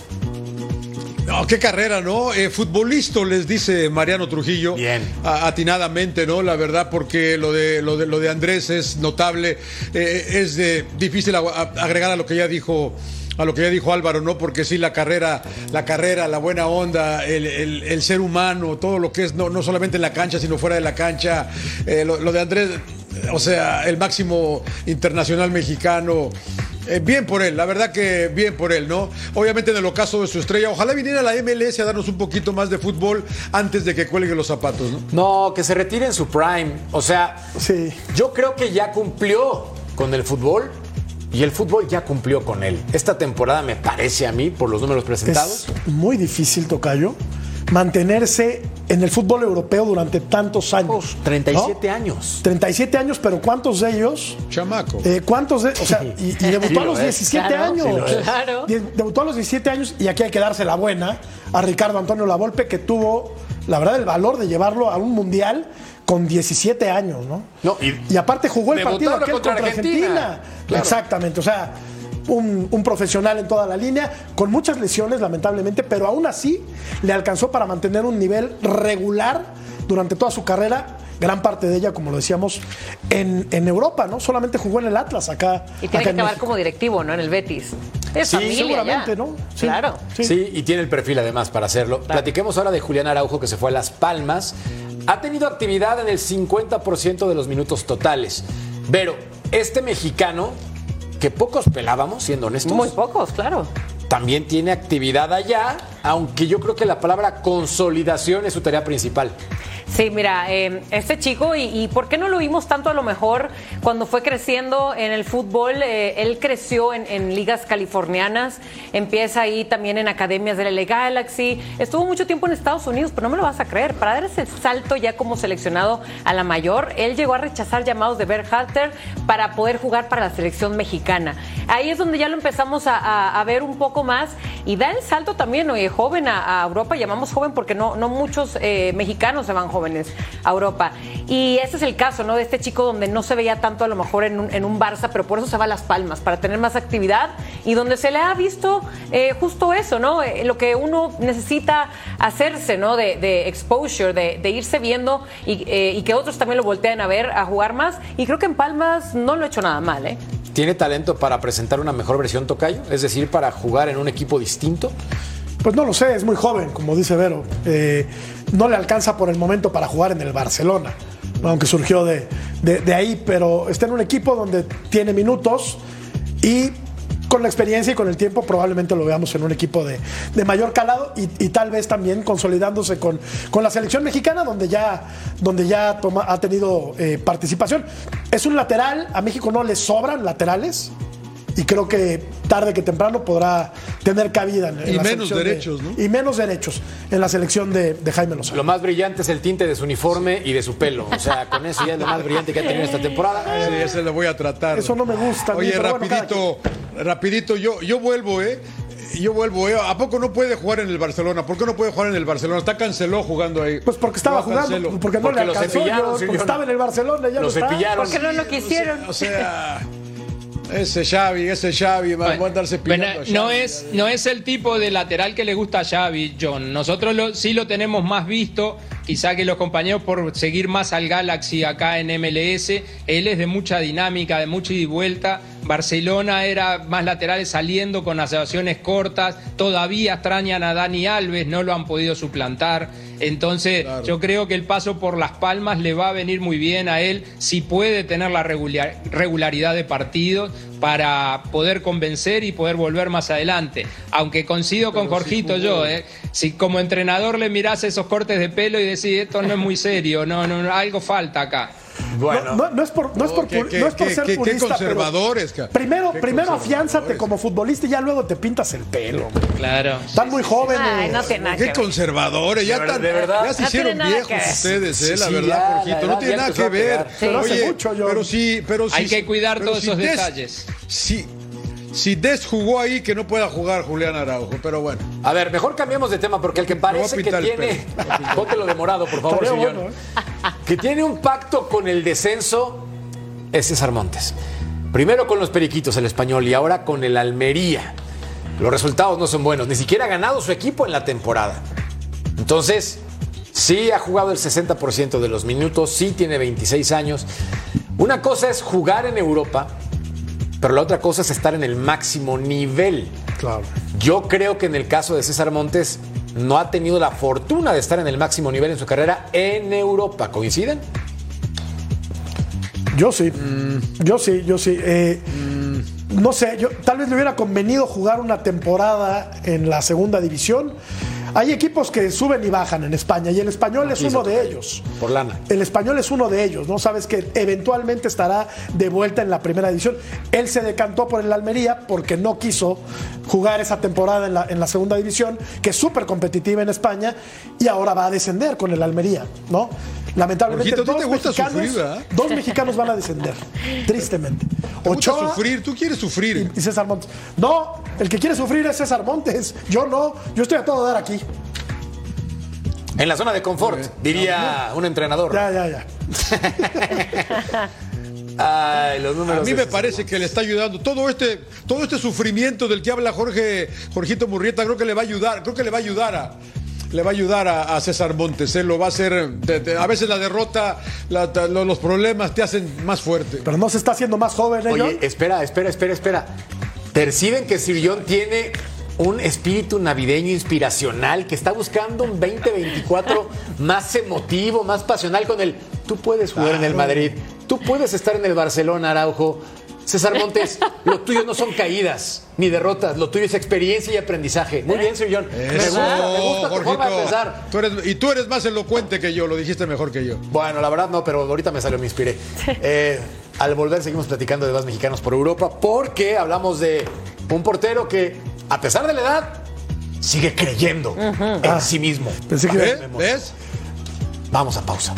Speaker 4: No, qué carrera, ¿no? Futbolista, les dice Mariano Trujillo.
Speaker 2: Bien.
Speaker 4: Atinadamente, ¿no? La verdad, porque lo de Andrés es notable. Es difícil agregar a lo que ya dijo Álvaro, ¿no? Porque sí, la carrera, la buena onda, el ser humano, todo lo que es, no solamente en la cancha, sino fuera de la cancha. Lo de Andrés, o sea, el máximo internacional mexicano. Bien por él, la verdad que bien por él, ¿no? Obviamente en el ocaso de su estrella, ojalá viniera a la MLS a darnos un poquito más de fútbol antes de que cuelgue los zapatos, ¿no?
Speaker 2: No, que se retire en su prime. O sea,
Speaker 6: Sí.
Speaker 2: yo creo que ya cumplió con el fútbol y el fútbol ya cumplió con él. Esta temporada me parece a mí, por los números presentados.
Speaker 6: Es muy difícil, tocayo, mantenerse en el fútbol europeo durante tantos años.
Speaker 2: 37
Speaker 6: ¿no?
Speaker 2: años.
Speaker 6: 37 años, pero ¿cuántos de ellos?
Speaker 4: Chamaco.
Speaker 6: ¿Cuántos de, o sea, y debutó a los 17
Speaker 3: claro,
Speaker 6: años.
Speaker 3: Claro.
Speaker 6: Debutó a los 17 años y aquí hay que darse la buena a Ricardo Antonio Lavolpe, que tuvo, la verdad, el valor de llevarlo a un mundial con 17 años, ¿no?
Speaker 2: No,
Speaker 6: y aparte jugó el partido
Speaker 2: debutarlo
Speaker 6: aquel contra Argentina.
Speaker 2: Claro.
Speaker 6: Exactamente, o sea, un profesional en toda la línea, con muchas lesiones, lamentablemente, pero aún así le alcanzó para mantener un nivel regular durante toda su carrera, gran parte de ella, como lo decíamos, en Europa, ¿no? Solamente jugó en el Atlas acá.
Speaker 3: Y tiene
Speaker 6: acá
Speaker 3: que
Speaker 6: en
Speaker 3: acabar
Speaker 6: México.
Speaker 3: como directivo, ¿no? En el Betis. Es
Speaker 2: Sí,
Speaker 3: familia
Speaker 6: seguramente,
Speaker 3: ya.
Speaker 6: ¿no? Sí.
Speaker 3: Claro.
Speaker 2: Sí, y tiene el perfil además para hacerlo. Platiquemos ahora de Julián Araujo, que se fue a Las Palmas. Ha tenido actividad en el 50% de los minutos totales. Pero este mexicano, que pocos pelábamos, siendo honestos,
Speaker 3: Muy pocos, claro.
Speaker 2: también tiene actividad allá, aunque yo creo que la palabra consolidación es su tarea principal.
Speaker 3: Sí, mira, este chico, y ¿por qué no lo vimos tanto a lo mejor cuando fue creciendo en el fútbol? Él creció en ligas californianas, empieza ahí también en academias de la LA Galaxy, estuvo mucho tiempo en Estados Unidos, pero no me lo vas a creer, para dar ese salto ya como seleccionado a la mayor, él llegó a rechazar llamados de Berhalter para poder jugar para la selección mexicana. Ahí es donde ya lo empezamos a ver un poco más y da el salto también, oye, joven a Europa, llamamos joven porque no muchos mexicanos se van jóvenes a Europa. Y ese es el caso, ¿no? De este chico donde no se veía tanto a lo mejor en un Barça, pero por eso se va a Las Palmas, para tener más actividad y donde se le ha visto justo eso, ¿no? Lo que uno necesita hacerse, ¿no? De exposure, de irse viendo y que otros también lo volteen a ver, a jugar más. Y creo que en Palmas no lo ha hecho nada mal, ¿eh?
Speaker 2: ¿Tiene talento para presentar una mejor versión Tocayo? Es decir, para jugar en un equipo distinto.
Speaker 6: Pues no lo sé, es muy joven, como dice Vero. No le alcanza por el momento para jugar en el Barcelona, ¿no? Aunque surgió de ahí, pero está en un equipo donde tiene minutos y con la experiencia y con el tiempo probablemente lo veamos en un equipo de mayor calado y tal vez también consolidándose con la selección mexicana, donde ya ha tenido participación. Es un lateral, a México no le sobran laterales. Y creo que tarde que temprano podrá tener cabida en
Speaker 4: Y
Speaker 6: la
Speaker 4: menos
Speaker 6: selección
Speaker 4: derechos, ¿no?
Speaker 6: Y menos derechos en la selección de Jaime Lozano.
Speaker 2: Lo más brillante es el tinte de su uniforme y de su pelo. O sea, con eso ya es lo más brillante que ha tenido esta temporada.
Speaker 4: Sí, ese lo voy a tratar.
Speaker 6: Eso no me gusta a mí,
Speaker 4: Oye,
Speaker 6: pero bueno,
Speaker 4: rapidito, yo vuelvo, ¿A poco no puede jugar en el Barcelona? ¿Por qué no puede jugar en el Barcelona? Está canceló jugando ahí.
Speaker 6: Pues porque estaba jugando, porque no le
Speaker 2: lo
Speaker 6: alcanzó,
Speaker 2: cepillaron,
Speaker 6: porque estaba en el Barcelona, ya
Speaker 2: lo
Speaker 6: no está.
Speaker 2: cepillaron.
Speaker 3: Porque no lo quisieron.
Speaker 4: O sea, ese Xavi, va a andarse pillando a Xavi.
Speaker 5: No es el tipo de lateral que le gusta a Xavi, John. Nosotros sí lo tenemos más visto, quizá que los compañeros por seguir más al Galaxy acá en MLS. Él es de mucha dinámica, de mucha ida y vuelta. Barcelona era más laterales saliendo con asociaciones cortas. Todavía extrañan a Dani Alves, no lo han podido suplantar. Entonces, claro, yo creo que el paso por Las Palmas le va a venir muy bien a él, si puede tener la regularidad de partidos para poder convencer y poder volver más adelante. Aunque coincido con Jorgito, si como entrenador le mirás esos cortes de pelo y decís, esto no es muy serio, no, algo falta acá.
Speaker 2: Bueno,
Speaker 6: no es por ser purista,
Speaker 4: qué conservadores.
Speaker 6: Primero afiánzate como futbolista y ya luego te pintas el pelo.
Speaker 5: Claro.
Speaker 6: Están muy jóvenes.
Speaker 3: Ay, no tiene nada
Speaker 4: Qué
Speaker 3: que ver.
Speaker 4: conservadores, ya
Speaker 2: verdad.
Speaker 4: se
Speaker 3: No
Speaker 4: hicieron
Speaker 3: tiene nada
Speaker 4: viejos
Speaker 3: que ver.
Speaker 4: ustedes, la
Speaker 2: Sí,
Speaker 4: verdad,
Speaker 2: ya,
Speaker 4: Jorgito.
Speaker 2: la
Speaker 4: No tiene
Speaker 2: edad
Speaker 4: nada
Speaker 2: ya
Speaker 4: que
Speaker 2: empezó a
Speaker 4: ver.
Speaker 2: pegar.
Speaker 3: Sí.
Speaker 6: Pero hace mucho, yo.
Speaker 4: Pero
Speaker 5: Hay que cuidar todos esos detalles.
Speaker 4: Si Des jugó ahí, que no pueda jugar Julián Araujo, pero bueno.
Speaker 2: a ver, mejor cambiemos de tema porque el que parece que
Speaker 4: pintar el
Speaker 2: tiene... Póntelo de morado, por favor,
Speaker 6: Estaría
Speaker 2: Sillón.
Speaker 6: bueno,
Speaker 2: Que tiene un pacto con el descenso es César Montes. Primero con los Periquitos, el Español, y ahora con el Almería. Los resultados no son buenos, ni siquiera ha ganado su equipo en la temporada. Entonces, sí ha jugado el 60% de los minutos, sí tiene 26 años. Una cosa es jugar en Europa, pero la otra cosa es estar en el máximo nivel.
Speaker 6: Claro.
Speaker 2: Yo creo que en el caso de César Montes no ha tenido la fortuna de estar en el máximo nivel en su carrera en Europa. ¿Coinciden?
Speaker 6: Yo sí. No sé, tal vez le hubiera convenido jugar una temporada en la segunda división. Hay equipos que suben y bajan en España y el Español es uno de ellos.
Speaker 2: Por lana.
Speaker 6: El Español es uno de ellos, ¿no? Sabes que eventualmente estará de vuelta en la primera división. Él se decantó por el Almería porque no quiso jugar esa temporada en la segunda división, que es súper competitiva en España, y ahora va a descender con el Almería, ¿no? Lamentablemente
Speaker 4: Jorgito, ¿a ti te gusta sufrir, verdad?
Speaker 6: 2 mexicanos van a descender, tristemente.
Speaker 4: ¿Te gusta
Speaker 6: Ochoa
Speaker 4: sufrir? ¿Tú quieres sufrir?
Speaker 6: y César Montes. No, el que quiere sufrir es César Montes. Yo no, yo estoy a todo dar aquí.
Speaker 2: En la zona de confort, diría un entrenador.
Speaker 6: Ya.
Speaker 2: Ay, los números.
Speaker 4: A mí me parece que le está ayudando. Todo este sufrimiento del que habla Jorgito Murrieta, creo que le va a ayudar a César Montes. Él lo va a hacer. A veces la derrota, los problemas te hacen más fuerte.
Speaker 6: Pero no se está haciendo más joven, ¿eh?
Speaker 2: Oye, espera. Perciben que Sir John tiene un espíritu navideño inspiracional, que está buscando un 2024 más emotivo, más pasional con el tú puedes jugar en el Madrid, tú puedes estar en el Barcelona, Araujo. César Montes, lo tuyo no son caídas ni derrotas, lo tuyo es experiencia y aprendizaje. Muy bien, Sir John. Me gusta tu forma de pensar.
Speaker 4: Tú eres más elocuente que yo, lo dijiste mejor que yo.
Speaker 2: Bueno, la verdad no, pero ahorita me salió, me inspiré. Al volver seguimos platicando de más mexicanos por Europa, porque hablamos de un portero que, a pesar de la edad, sigue creyendo en sí mismo.
Speaker 6: Pensé que
Speaker 4: ¿Ves?
Speaker 2: Vamos a pausa.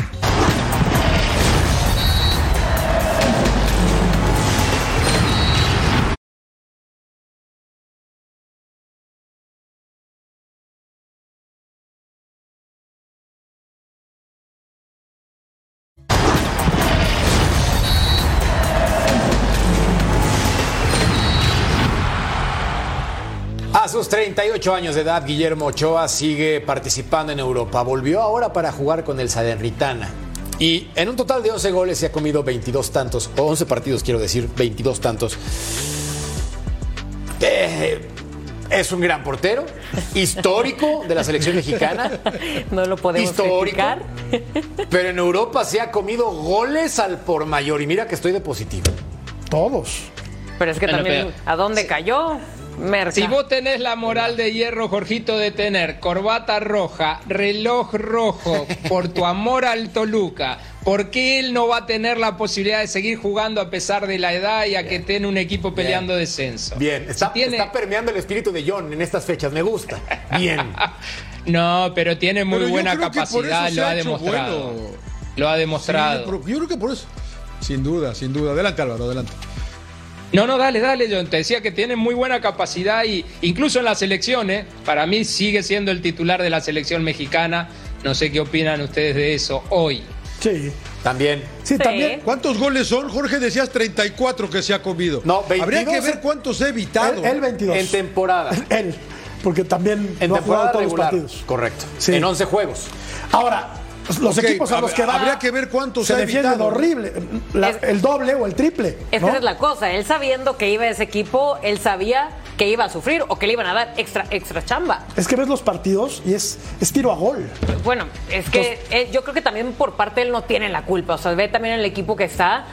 Speaker 2: A sus 38 años de edad, Guillermo Ochoa sigue participando en Europa. Volvió ahora para jugar con el Salernitana. Y en un total de 11 goles se ha comido 22 tantos, o 11 partidos quiero decir, 22 tantos. Es un gran portero, histórico de la selección mexicana.
Speaker 3: No lo podemos criticar.
Speaker 2: Pero en Europa se ha comido goles al por mayor. Y mira que estoy de positivo.
Speaker 6: todos.
Speaker 3: Pero es que
Speaker 5: Bueno,
Speaker 3: también,
Speaker 5: pero-
Speaker 3: ¿a dónde cayó? Merca.
Speaker 5: Si vos tenés la moral de hierro, Jorgito, de tener corbata roja, reloj rojo, por tu amor al Toluca, ¿por qué él no va a tener la posibilidad de seguir jugando a pesar de la edad y a que esté en un equipo peleando descenso?
Speaker 2: Bien, está permeando el espíritu de John en estas fechas, me gusta. Bien.
Speaker 5: No, pero tiene muy
Speaker 4: Pero yo
Speaker 5: buena
Speaker 4: creo que por
Speaker 5: capacidad,
Speaker 4: eso se
Speaker 5: lo ha
Speaker 4: ha hecho
Speaker 5: demostrado.
Speaker 4: bueno.
Speaker 5: Lo ha
Speaker 4: Sí,
Speaker 5: demostrado.
Speaker 4: pero yo creo que por eso. Sin duda, sin duda. Adelante, Álvaro, adelante.
Speaker 5: No, dale, yo te decía que tiene muy buena capacidad y incluso en las selecciones, para mí sigue siendo el titular de la selección mexicana. No sé qué opinan ustedes de eso hoy.
Speaker 6: Sí.
Speaker 2: También.
Speaker 6: Sí,
Speaker 3: Sí.
Speaker 6: también.
Speaker 4: ¿Cuántos goles son? Jorge, decías 34 que se ha comido.
Speaker 2: No, 22
Speaker 4: Habría que ver cuántos ha evitado.
Speaker 6: Él 22.
Speaker 2: En temporada.
Speaker 6: Él, porque también
Speaker 2: En
Speaker 6: no ha jugado
Speaker 2: temporada
Speaker 6: todos
Speaker 2: regular.
Speaker 6: los partidos.
Speaker 2: Correcto.
Speaker 6: Sí.
Speaker 2: En 11 juegos.
Speaker 6: Ahora, los
Speaker 4: Ok,
Speaker 6: equipos a los que va
Speaker 4: habría que ver cuántos
Speaker 6: se
Speaker 4: ha
Speaker 6: defienden
Speaker 4: evitado.
Speaker 6: horrible. El doble o el triple.
Speaker 3: Es
Speaker 6: ¿no?
Speaker 3: que esa es la cosa, él sabiendo que iba a ese equipo, él sabía que iba a sufrir o que le iban a dar extra chamba.
Speaker 6: Es que ves los partidos y es tiro a gol.
Speaker 3: Bueno, es que yo creo que también por parte de él no tiene la culpa, o sea, ve también el equipo que está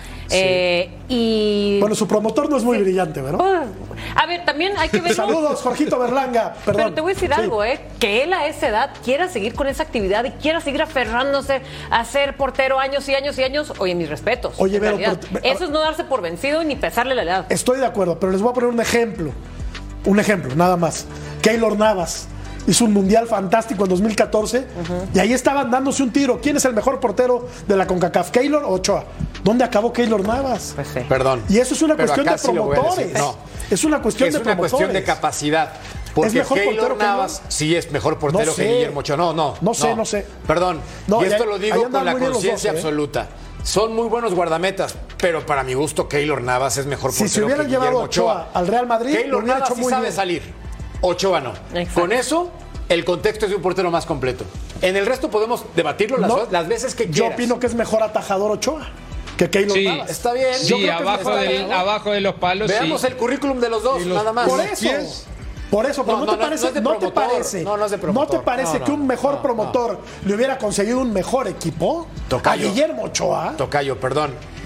Speaker 3: y...
Speaker 6: Bueno, su promotor no es muy brillante, ¿verdad?
Speaker 3: A ver, también hay que ver...
Speaker 6: Saludos, Jorgito Berlanga. Perdón.
Speaker 3: Pero te voy a decir
Speaker 6: Sí.
Speaker 3: algo, que él a esa edad quiera seguir con esa actividad y quiera seguir aferrándose a ser portero años y años y años. Oye, mis respetos.
Speaker 6: Oye,
Speaker 3: en
Speaker 6: Vero,
Speaker 3: realidad.
Speaker 6: pero-
Speaker 3: Eso es no darse por vencido ni pesarle la edad.
Speaker 6: Estoy de acuerdo, pero les voy a poner un ejemplo. Un ejemplo, nada más. Keylor Navas hizo un mundial fantástico en 2014 y ahí estaban dándose un tiro. ¿Quién es el mejor portero de la CONCACAF? ¿Keylor o Ochoa? ¿Dónde acabó Keylor Navas?
Speaker 3: Pues sí.
Speaker 2: Perdón.
Speaker 6: Y eso es una
Speaker 2: Pero
Speaker 6: cuestión
Speaker 2: acá
Speaker 6: de
Speaker 2: sí lo voy a decir.
Speaker 6: promotores.
Speaker 2: No.
Speaker 6: Es una cuestión
Speaker 2: Es
Speaker 6: de
Speaker 2: una
Speaker 6: promotores.
Speaker 2: cuestión de capacidad. Porque
Speaker 6: mejor portero
Speaker 2: Keylor
Speaker 6: que
Speaker 2: Navas
Speaker 6: no?
Speaker 2: sí es mejor portero
Speaker 6: No sé.
Speaker 2: que Guillermo Ochoa. No sé. Perdón.
Speaker 6: No,
Speaker 2: y esto
Speaker 6: ahí-
Speaker 2: lo
Speaker 6: ahí
Speaker 2: digo
Speaker 6: andan
Speaker 2: con la
Speaker 6: muy bien los
Speaker 2: conciencia
Speaker 6: dos, ¿eh?
Speaker 2: absoluta. Son muy buenos guardametas, pero para mi gusto Keylor Navas es mejor
Speaker 6: Si
Speaker 2: portero
Speaker 6: se hubieran
Speaker 2: que
Speaker 6: llevado
Speaker 2: Guillermo
Speaker 6: a Ochoa al Real Madrid, lo
Speaker 2: Keylor
Speaker 6: hubiera
Speaker 2: Navas
Speaker 6: hecho
Speaker 2: sí
Speaker 6: muy
Speaker 2: sabe
Speaker 6: bien.
Speaker 2: salir. Ochoa no.
Speaker 3: Exacto.
Speaker 2: Con eso, el contexto es de un portero más completo. En el resto podemos debatirlo
Speaker 6: No,
Speaker 2: las veces que
Speaker 6: Yo
Speaker 2: quieras.
Speaker 6: opino que es mejor atajador Ochoa que Keylor
Speaker 5: Sí.
Speaker 6: Navas.
Speaker 2: Está bien. Yo
Speaker 5: Sí,
Speaker 2: creo que
Speaker 5: abajo,
Speaker 2: está bien.
Speaker 5: abajo de los palos,
Speaker 2: Veamos
Speaker 5: sí.
Speaker 2: el currículum de los dos,
Speaker 4: Y los-
Speaker 2: nada más.
Speaker 6: Por
Speaker 4: los
Speaker 6: eso.
Speaker 4: pies.
Speaker 6: Por eso, pero
Speaker 2: No,
Speaker 6: no,
Speaker 2: no,
Speaker 6: te
Speaker 2: no,
Speaker 6: parece,
Speaker 2: no es de
Speaker 6: no te
Speaker 2: promotor.
Speaker 6: parece,
Speaker 2: No, no es de promotor.
Speaker 6: ¿no te parece
Speaker 2: No,
Speaker 6: que un mejor
Speaker 2: no,
Speaker 6: promotor le hubiera conseguido un mejor equipo
Speaker 2: Tocayo.
Speaker 6: a Guillermo Ochoa?
Speaker 2: Tocayo, perdón.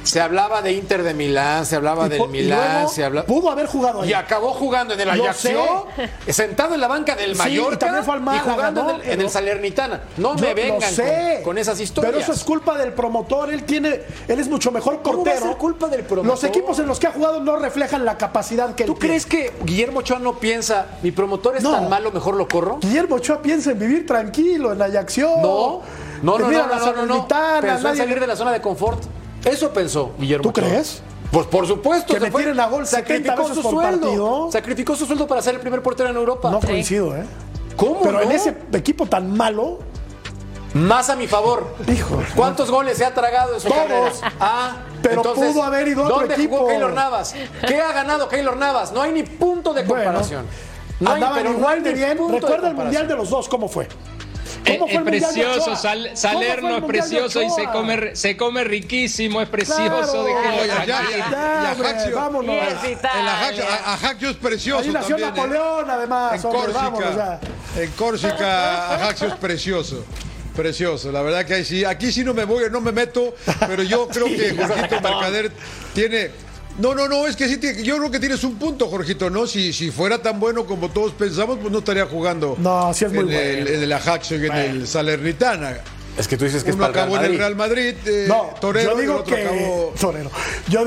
Speaker 2: Se hablaba de Inter de Milán, se hablaba del Milán, se hablaba...
Speaker 6: Pudo haber jugado ahí.
Speaker 2: Y acabó jugando en el Ajaccio, sentado en la banca del Mallorca
Speaker 6: y también fue al Málaga,
Speaker 2: jugando
Speaker 6: ¿no?
Speaker 2: en el Salernitana. No me vengan con esas historias.
Speaker 6: Pero eso es culpa del promotor. Él es mucho mejor portero.
Speaker 2: ¿Cómo va a ser culpa del promotor?
Speaker 6: Los equipos en los que ha jugado no reflejan la capacidad que él
Speaker 2: ¿Tú crees que Guillermo Ochoa no piensa, mi promotor es tan malo, mejor lo corro?
Speaker 6: Guillermo Ochoa piensa en vivir tranquilo en Ajaccio.
Speaker 2: No. Pensó en salir de la zona de confort. Eso pensó Guillermo Ochoa.
Speaker 6: ¿Tú crees?
Speaker 2: Pues por supuesto.
Speaker 6: Que me tiren a gol 70 veces por partido.
Speaker 2: Sacrificó su sueldo para ser el primer portero en Europa.
Speaker 6: No coincido, ¿eh?
Speaker 2: ¿Cómo
Speaker 6: Pero
Speaker 2: no?
Speaker 6: en ese equipo tan malo...
Speaker 2: Más a mi favor.
Speaker 6: Hijo.
Speaker 2: ¿Cuántos goles se ha tragado en su carrera?
Speaker 6: Pero entonces, pudo haber ido a otro equipo.
Speaker 2: ¿Dónde jugó Keylor Navas? ¿Qué ha ganado Keylor Navas? No hay ni punto de comparación.
Speaker 6: Andaban igual de bien. Recuerda el Mundial de los dos, ¿cómo fue?
Speaker 5: Es precioso, Salerno es precioso y se come riquísimo, es precioso.
Speaker 6: Vámonos.
Speaker 4: El Ajaccio es precioso.
Speaker 6: Ahí nació
Speaker 4: también,
Speaker 6: Napoleón, además.
Speaker 4: En Córcega, Ajaccio es precioso. Precioso, la verdad que ahí sí, aquí sí no me meto, pero yo creo que Jorgito Mercader tiene... No, es que sí, yo creo que tienes un punto, Jorgito, ¿no? Si fuera tan bueno como todos pensamos, pues no estaría jugando
Speaker 6: sí es muy bueno.
Speaker 4: En el Ajaccio y en el Salernitana.
Speaker 2: Es que tú dices que
Speaker 4: uno
Speaker 2: es para
Speaker 4: acabó en el Real Madrid, Torero,
Speaker 6: yo digo
Speaker 4: y el otro acabó...
Speaker 6: Torero. Yo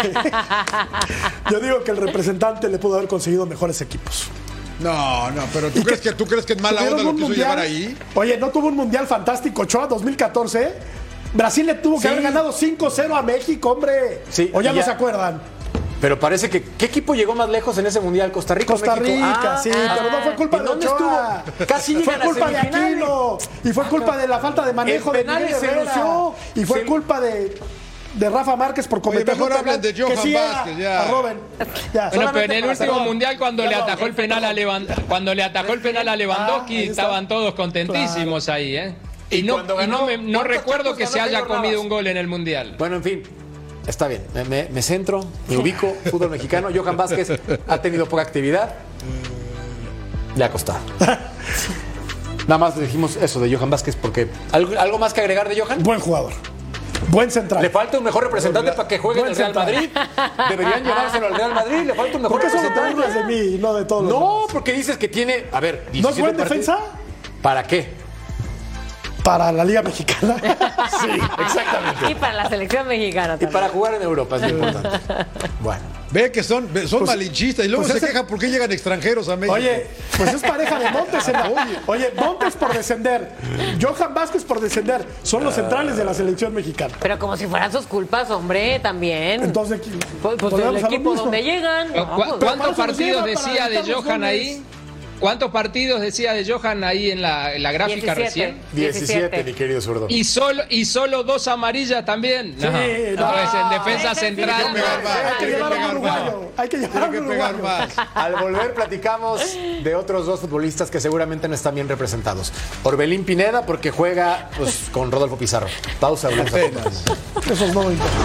Speaker 6: digo que el representante le pudo haber conseguido mejores equipos.
Speaker 4: No, pero ¿tú crees que es mala onda lo quiso llevar ahí?
Speaker 6: Oye, ¿no tuvo un mundial fantástico Ochoa 2014? Brasil le tuvo que haber ganado 5-0 a México, hombre.
Speaker 2: Sí,
Speaker 6: ¿O ya no se acuerdan?
Speaker 2: Pero parece que... ¿Qué equipo llegó más lejos en ese mundial? ¿Costa Rica?
Speaker 6: Costa Rica, sí, pero no fue culpa de
Speaker 2: ¿dónde
Speaker 6: Ochoa.
Speaker 2: Casi
Speaker 6: fue culpa de Aquino. Y fue culpa de la falta de manejo de Miguel Herrera. Y fue culpa de Rafa Márquez por cometer
Speaker 4: mejor hablen de Johan Vázquez, ya.
Speaker 5: Bueno, pero en el último mundial cuando le atajó el penal a Lewandowski, estaban todos contentísimos ahí, ¿eh? Y no recuerdo que se haya comido un gol en el mundial.
Speaker 2: Bueno, en fin, está bien. Me centro, me ubico, fútbol mexicano. Johan Vázquez ha tenido poca actividad. Le ha costado. Nada más dijimos eso de Johan Vázquez porque... ¿Algo más que agregar de Johan?
Speaker 6: Buen jugador. Buen central.
Speaker 2: Le falta un mejor representante para que juegue en el Real Madrid. Deberían llevárselo al Real Madrid. Le falta un mejor representante.
Speaker 6: ¿Por qué solo te burlas de mí y no de todos los demás?
Speaker 2: Porque dices que tiene... A ver,
Speaker 6: ¿no es buen defensa?
Speaker 2: ¿Para qué?
Speaker 6: Para la Liga Mexicana.
Speaker 2: Sí, exactamente.
Speaker 3: Y para la selección mexicana también.
Speaker 2: Y para jugar en Europa es lo importante. Bueno.
Speaker 4: Ve que son malinchistas y luego se quejan por qué llegan extranjeros a México.
Speaker 6: Oye, pues es pareja de Montes. Oye, Montes por descender, Johan Vázquez por descender. Son los centrales de la selección mexicana.
Speaker 3: Pero como si fueran sus culpas, hombre, también.
Speaker 6: Entonces,
Speaker 3: pues el equipo donde llegan.
Speaker 5: ¿Cuántos partidos decía de Johan ahí? ¿Cuántos partidos decía de Johan ahí en la gráfica
Speaker 3: 17,
Speaker 5: recién?
Speaker 2: 17, mi querido zurdo.
Speaker 5: Y solo 2 amarillas también.
Speaker 6: Sí,
Speaker 5: pues en defensa central.
Speaker 6: Hay que pegar más.
Speaker 2: Al volver platicamos de otros dos futbolistas que seguramente no están bien representados. Orbelín Pineda porque juega con Rodolfo Pizarro. Pausa.
Speaker 6: Eso es no importa.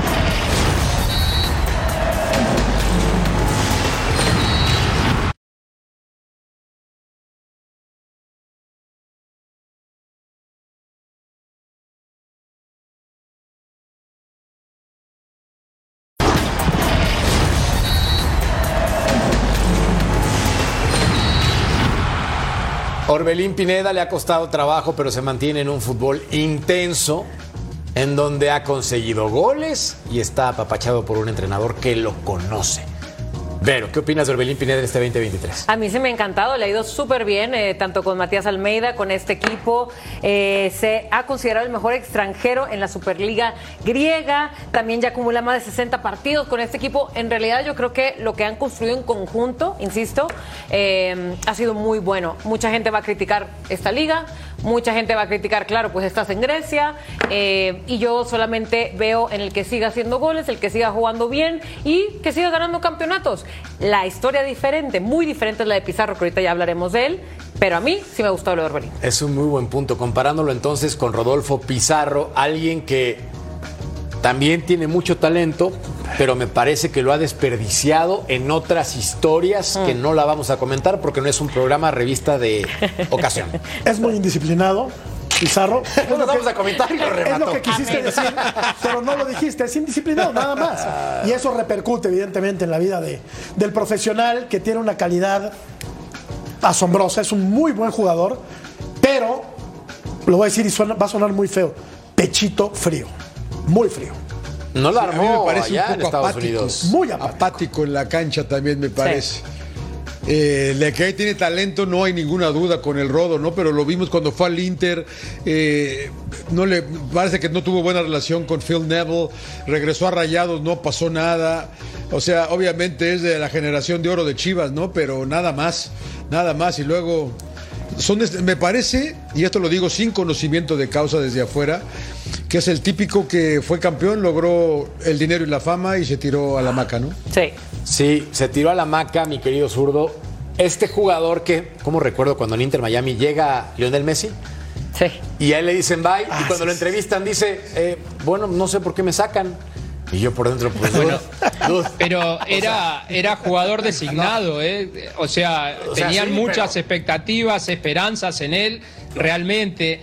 Speaker 2: Orbelín Pineda le ha costado trabajo, pero se mantiene en un fútbol intenso, en donde ha conseguido goles y está apapachado por un entrenador que lo conoce. Vero, ¿qué opinas de Orbelín Pineda en este 2023?
Speaker 3: A mí se me ha encantado, le ha ido súper bien, tanto con Matías Almeida, con este equipo. Se ha considerado el mejor extranjero en la Superliga griega. También ya acumula más de 60 partidos con este equipo. En realidad yo creo que lo que han construido en conjunto, insisto, ha sido muy bueno. Mucha gente va a criticar esta liga, mucha gente va a criticar, claro, pues estás en Grecia, y yo solamente veo en el que siga haciendo goles, el que siga jugando bien y que siga ganando campeonatos. La historia diferente, muy diferente es la de Pizarro, que ahorita ya hablaremos de él, pero a mí sí me gustó lo de Orbelín.
Speaker 2: Es un muy buen punto, comparándolo entonces con Rodolfo Pizarro, alguien que también tiene mucho talento, pero me parece que lo ha desperdiciado en otras historias que no la vamos a comentar porque no es un programa revista de ocasión.
Speaker 6: Es muy indisciplinado. Pizarro.
Speaker 2: Nos vamos a comentar y lo
Speaker 6: Es lo
Speaker 2: remató.
Speaker 6: que quisiste decir, pero no lo dijiste. Es indisciplinado, nada más. Y eso repercute, evidentemente, en la vida del profesional que tiene una calidad asombrosa. Es un muy buen jugador, pero, lo voy a decir y va a sonar muy feo, pechito frío. Muy frío.
Speaker 2: No lo
Speaker 4: A mí
Speaker 2: armó
Speaker 4: me parece
Speaker 2: allá
Speaker 4: un
Speaker 2: en
Speaker 4: poco
Speaker 2: Estados
Speaker 4: apático.
Speaker 2: Unidos.
Speaker 6: Muy apático.
Speaker 4: Apático en la cancha también me parece. De que ahí tiene talento, no hay ninguna duda con el Rodo, ¿no? Pero lo vimos cuando fue al Inter. Parece que no tuvo buena relación con Phil Neville. Regresó a Rayados, no pasó nada. O sea, obviamente es de la generación de oro de Chivas, ¿no? Pero nada más. Y luego me parece, y esto lo digo sin conocimiento de causa desde afuera, que es el típico que fue campeón, logró el dinero y la fama y se tiró a la hamaca, ¿no?
Speaker 3: Sí.
Speaker 2: Sí, se tiró a la hamaca, mi querido zurdo. Este jugador que, ¿cómo recuerdo cuando en Inter Miami llega Lionel Messi?
Speaker 3: Sí.
Speaker 2: Y a él le dicen bye, y cuando lo entrevistan dice, bueno, no sé por qué me sacan. Y yo por dentro, pues, dude.
Speaker 5: Pero era jugador designado, ¿eh? O sea, tenían
Speaker 2: sí,
Speaker 5: muchas expectativas, esperanzas en él, realmente.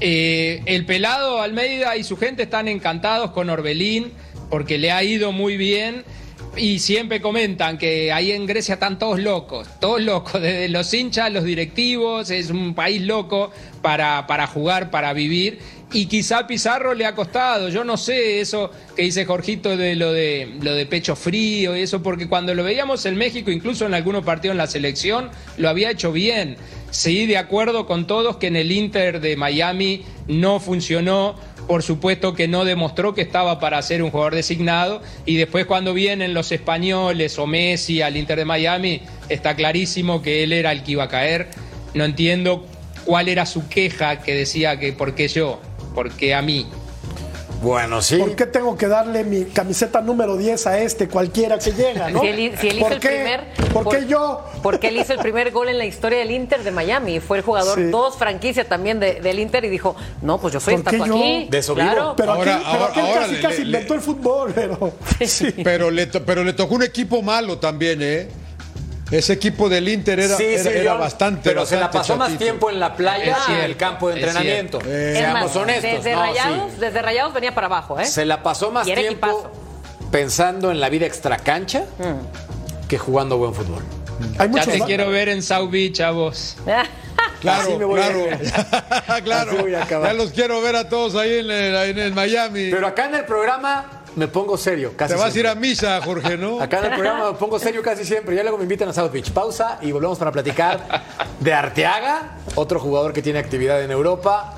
Speaker 5: El pelado Almeida y su gente están encantados con Orbelín porque le ha ido muy bien. Y siempre comentan que ahí en Grecia están todos locos, desde los hinchas, los directivos, es un país loco para jugar, para vivir. Y quizá Pizarro le ha costado, yo no sé eso que dice Jorgito de lo de pecho frío y eso, porque cuando lo veíamos en México, incluso en algunos partidos en la selección, lo había hecho bien. Sí, de acuerdo con todos que en el Inter de Miami no funcionó. Por supuesto que no demostró que estaba para ser un jugador designado, y después cuando vienen los españoles o Messi al Inter de Miami, está clarísimo que él era el que iba a caer. No entiendo cuál era su queja que decía que ¿por qué yo? ¿Por qué a mí?
Speaker 2: Bueno, sí.
Speaker 6: ¿Por qué tengo que darle mi camiseta número 10 a cualquiera que llega, no?
Speaker 3: Si él hizo el primer...
Speaker 6: ¿Por qué yo?
Speaker 3: Porque él hizo el primer gol en la historia del Inter de Miami. Fue el jugador 2 franquicia también del Inter y dijo, no, pues yo soy
Speaker 6: ¿Por qué
Speaker 3: estatua
Speaker 6: yo?
Speaker 3: aquí.
Speaker 2: De eso vivo.
Speaker 3: Claro.
Speaker 6: Pero
Speaker 4: Ahora-
Speaker 6: aquel
Speaker 4: ahora
Speaker 6: casi inventó el fútbol, pero... Sí.
Speaker 4: Pero le tocó un equipo malo también, ¿eh? Ese equipo del Inter era
Speaker 2: John,
Speaker 4: bastante.
Speaker 2: pero se la pasó más
Speaker 4: chatito.
Speaker 2: tiempo en la playa
Speaker 5: Es
Speaker 2: que en el
Speaker 5: cierto,
Speaker 2: campo de
Speaker 5: es
Speaker 2: entrenamiento.
Speaker 5: cierto.
Speaker 3: Es
Speaker 2: Seamos
Speaker 3: más,
Speaker 2: honestos.
Speaker 3: desde,
Speaker 2: No,
Speaker 3: Rayados,
Speaker 2: sí.
Speaker 3: desde Rayados venía para abajo, ¿eh?
Speaker 2: Se la pasó más
Speaker 3: Y era
Speaker 2: tiempo
Speaker 3: equipazo.
Speaker 2: pensando en la vida extracancha que jugando buen fútbol.
Speaker 6: Hay
Speaker 5: Ya
Speaker 6: muchos...
Speaker 5: te quiero ver en South Beach a vos.
Speaker 4: Claro,
Speaker 2: Así me voy a
Speaker 4: claro. Claro.
Speaker 2: Así voy a acabar.
Speaker 4: Ya los quiero ver a todos ahí en el Miami.
Speaker 2: Pero acá en el programa me pongo serio, casi
Speaker 4: Te vas a ir
Speaker 2: siempre.
Speaker 4: a misa, Jorge, ¿no?
Speaker 2: Acá en el programa me pongo serio casi siempre. Ya luego me invitan a South Beach. Pausa y volvemos para platicar de Arteaga, otro jugador que tiene actividad en Europa.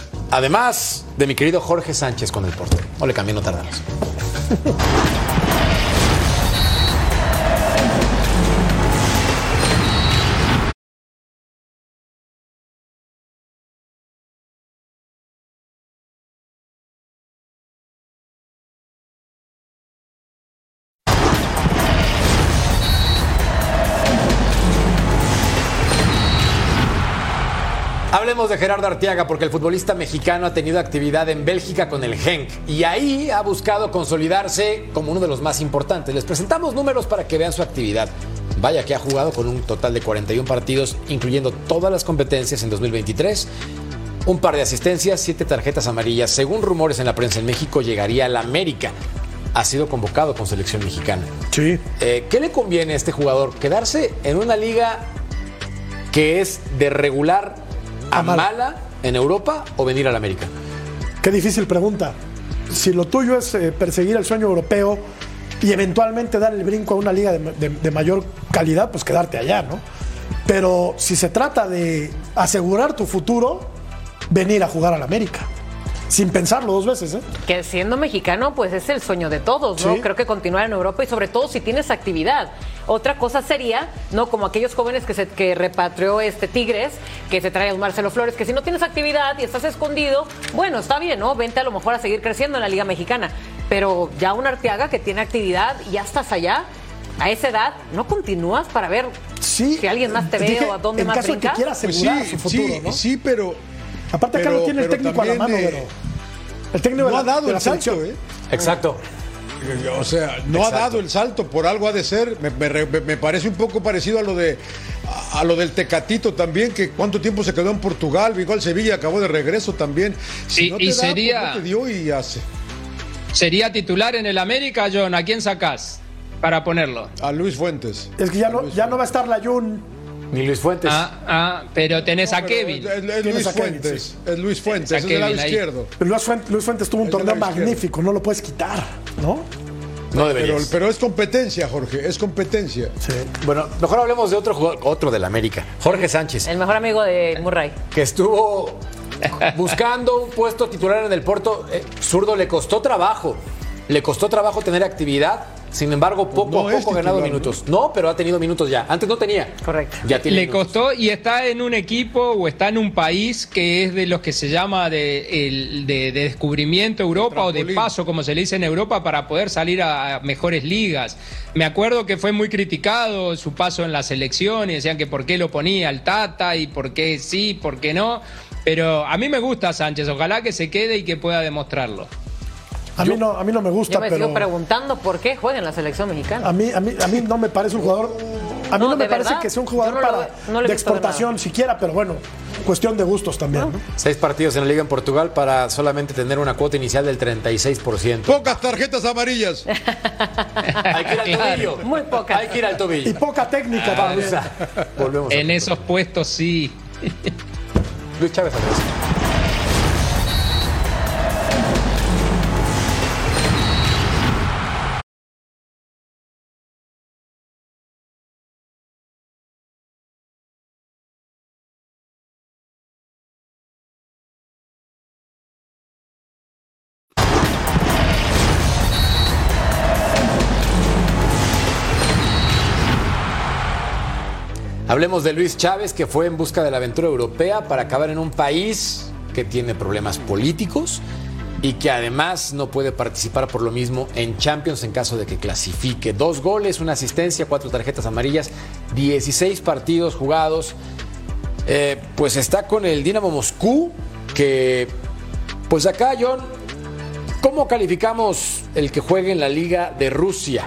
Speaker 2: Además de mi querido Jorge Sánchez con el Porto. No le cambié, no tardamos. Hablemos de Gerardo Arteaga porque el futbolista mexicano ha tenido actividad en Bélgica con el Genk y ahí ha buscado consolidarse como uno de los más importantes. Les presentamos números para que vean su actividad. Vaya que ha jugado con un total de 41 partidos, incluyendo todas las competencias en 2023. Un par de asistencias, 7 tarjetas amarillas. Según rumores en la prensa en México, llegaría al América. Ha sido convocado con selección mexicana.
Speaker 6: Sí.
Speaker 2: ¿Qué le conviene a este jugador? ¿Quedarse en una liga que es de regular a mala en Europa o venir al América?
Speaker 6: Qué difícil pregunta. Si lo tuyo es perseguir el sueño europeo y eventualmente dar el brinco a una liga de mayor calidad, pues quedarte allá, ¿no? Pero si se trata de asegurar tu futuro, venir a jugar al América. Sin pensarlo 2 veces, ¿eh?
Speaker 3: Que siendo mexicano, pues es el sueño de todos, ¿no?
Speaker 6: Sí.
Speaker 3: Creo que continuar en Europa y sobre todo si tienes actividad. Otra cosa sería, ¿no? Como aquellos jóvenes que repatrió Tigres, que se trae a Marcelo Flores, que si no tienes actividad y estás escondido, bueno, está bien, ¿no? Vente a lo mejor a seguir creciendo en la Liga Mexicana. Pero ya un Arteaga que tiene actividad y ya estás allá, a esa edad, ¿no continúas para ver
Speaker 6: Sí.
Speaker 3: si alguien más te ve
Speaker 6: Dije,
Speaker 3: o a dónde
Speaker 6: en
Speaker 3: más
Speaker 6: caso de que
Speaker 3: brincas?
Speaker 6: quiera asegurar su futuro, ¿no?
Speaker 4: Sí, pero
Speaker 6: Aparte acá
Speaker 4: pero-
Speaker 6: lo tiene el
Speaker 4: pero
Speaker 6: técnico a la
Speaker 4: también,
Speaker 6: mano, pero el técnico
Speaker 4: no ha
Speaker 6: de
Speaker 4: dado
Speaker 6: la
Speaker 4: el salto,
Speaker 6: selección.
Speaker 2: Exacto.
Speaker 4: O sea, no
Speaker 2: Exacto.
Speaker 4: ha dado el salto, por algo ha de ser. Me parece un poco parecido a lo del Tecatito también, que cuánto tiempo se quedó en Portugal, vino al Sevilla y acabó de regreso también.
Speaker 5: Sí,
Speaker 4: no
Speaker 5: y
Speaker 4: te da,
Speaker 5: sería-
Speaker 4: pues no te dio y hace.
Speaker 5: ¿Sería titular en el América, John? ¿A quién sacás para ponerlo?
Speaker 4: A Luis Fuentes.
Speaker 6: Es que ya no va a estar la Jun.
Speaker 2: Ni Luis Fuentes.
Speaker 5: Pero tenés a
Speaker 4: No, pero
Speaker 5: Kevin.
Speaker 4: Es
Speaker 6: Tienes
Speaker 4: Luis
Speaker 6: a Kevin,
Speaker 4: Fuentes.
Speaker 6: sí.
Speaker 4: Es Luis Fuentes,
Speaker 5: Tienes
Speaker 4: es
Speaker 5: a
Speaker 4: del lado
Speaker 5: Kevin ahí.
Speaker 4: izquierdo.
Speaker 6: Pero Luis Fuentes tuvo un
Speaker 4: Es
Speaker 6: torneo
Speaker 4: del lado izquierdo.
Speaker 6: magnífico, no lo puedes quitar, ¿no?
Speaker 2: No deberías.
Speaker 4: Pero es competencia, Jorge, es competencia.
Speaker 6: Sí.
Speaker 2: Bueno, mejor hablemos de otro jugador, otro del América. Jorge Sánchez,
Speaker 3: El mejor amigo de Murray.
Speaker 2: que estuvo buscando un puesto titular en el Porto. Zurdo, le costó trabajo. Le costó trabajo tener actividad. Sin embargo, poco
Speaker 4: no
Speaker 2: a
Speaker 4: es
Speaker 2: poco ha ganado
Speaker 4: titular,
Speaker 2: minutos. No, pero ha tenido minutos ya. Antes no tenía.
Speaker 3: Correcto.
Speaker 2: Ya tiene
Speaker 5: Le
Speaker 2: minutos.
Speaker 5: costó y está en un equipo o está en un país que es de los que se llama de descubrimiento Europa o de
Speaker 4: trampolín.
Speaker 5: paso, como se le dice en Europa, para poder salir a mejores ligas. Me acuerdo que fue muy criticado su paso en la selección y decían que por qué lo ponía el Tata y por qué sí, por qué no. Pero a mí me gusta Sánchez, ojalá que se quede y que pueda demostrarlo.
Speaker 6: A mí no me gusta,
Speaker 3: Yo me
Speaker 6: pero
Speaker 3: sigo preguntando por qué juega en la selección mexicana.
Speaker 6: a mí no me parece un jugador. A mí
Speaker 3: No,
Speaker 6: no me
Speaker 3: de
Speaker 6: parece
Speaker 3: verdad,
Speaker 6: que sea un
Speaker 3: yo
Speaker 6: jugador
Speaker 3: no lo
Speaker 6: para
Speaker 3: veo- no lo he
Speaker 6: de
Speaker 3: visto de
Speaker 6: exportación siquiera, pero bueno, cuestión de gustos también, ¿no?
Speaker 2: 6 partidos en la Liga en Portugal para solamente tener una cuota inicial del 36%.
Speaker 4: Pocas tarjetas amarillas.
Speaker 2: Hay que ir al
Speaker 5: Claro.
Speaker 2: tobillo.
Speaker 3: Muy pocas.
Speaker 2: Hay que ir al
Speaker 6: Y
Speaker 2: tobillo.
Speaker 6: poca técnica también.
Speaker 2: Volvemos.
Speaker 5: En esos puestos sí.
Speaker 2: Luis Chávez Andrés. Hablemos de Luis Chávez, que fue en busca de la aventura europea para acabar en un país que tiene problemas políticos y que además no puede participar por lo mismo en Champions en caso de que clasifique. 2 goles, 1 asistencia, 4 tarjetas amarillas, 16 partidos jugados. Pues está con el Dinamo Moscú, que pues acá, John, ¿cómo calificamos el que juegue en la Liga de Rusia?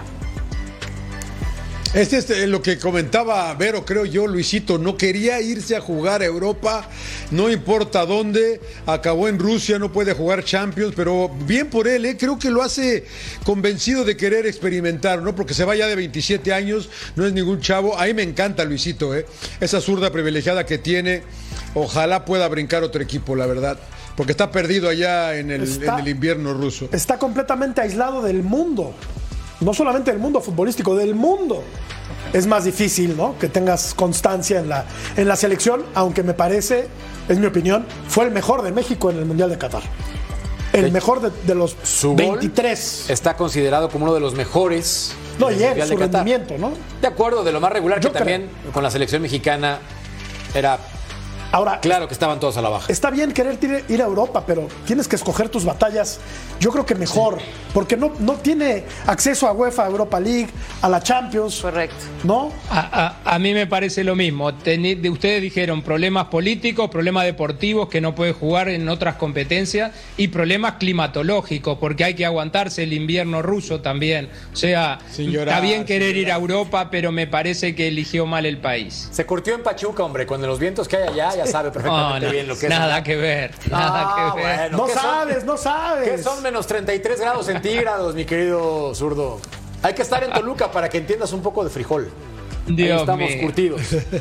Speaker 4: Es lo que comentaba Vero, creo yo, Luisito, no quería irse a jugar a Europa, no importa dónde, acabó en Rusia, no puede jugar Champions, pero bien por él, creo que lo hace convencido de querer experimentar, ¿no? Porque se va ya de 27 años, no es ningún chavo, ahí me encanta Luisito, esa zurda privilegiada que tiene, ojalá pueda brincar otro equipo, la verdad, porque está perdido allá en el invierno ruso.
Speaker 6: Está completamente aislado del mundo. No solamente del mundo futbolístico, del mundo. Es más difícil, ¿no? Que tengas constancia en la selección, aunque me parece, es mi opinión, fue el mejor de México en el Mundial de Qatar. El mejor de los
Speaker 2: Su
Speaker 6: 23.
Speaker 2: gol está considerado como uno de los mejores.
Speaker 6: No,
Speaker 2: del
Speaker 6: y él,
Speaker 2: Mundial
Speaker 6: su
Speaker 2: de Qatar.
Speaker 6: rendimiento, ¿no?
Speaker 2: De acuerdo, de lo más regular que
Speaker 6: Yo creo.
Speaker 2: también con la selección mexicana era
Speaker 6: Ahora,
Speaker 2: claro que estaban todos a la baja.
Speaker 6: está bien querer ir a Europa, pero tienes que escoger tus batallas. Yo creo que mejor, porque no tiene acceso a UEFA, a Europa League, a la Champions,
Speaker 3: Correcto.
Speaker 6: ¿no?
Speaker 5: A mí me parece lo mismo. Ustedes dijeron problemas políticos, problemas deportivos que no puede jugar en otras competencias y problemas climatológicos porque hay que aguantarse el invierno ruso también. O sea,
Speaker 4: Sin llorar,
Speaker 5: está bien querer
Speaker 4: sin
Speaker 5: ir a
Speaker 4: llorar.
Speaker 5: Europa, pero me parece que eligió mal el país.
Speaker 2: Se curtió en Pachuca, hombre, con los vientos que hay allá, ya sabe perfectamente bien lo que es.
Speaker 5: nada que ver, nada que ver.
Speaker 2: Bueno,
Speaker 6: No
Speaker 2: ¿qué son?
Speaker 6: sabes, no sabes.
Speaker 2: ¿Qué son menos 33 grados centígrados, mi querido zurdo? Hay que estar en Toluca para que entiendas un poco de frijol. Ahí
Speaker 5: Dios
Speaker 2: estamos
Speaker 5: mío.
Speaker 2: curtidos.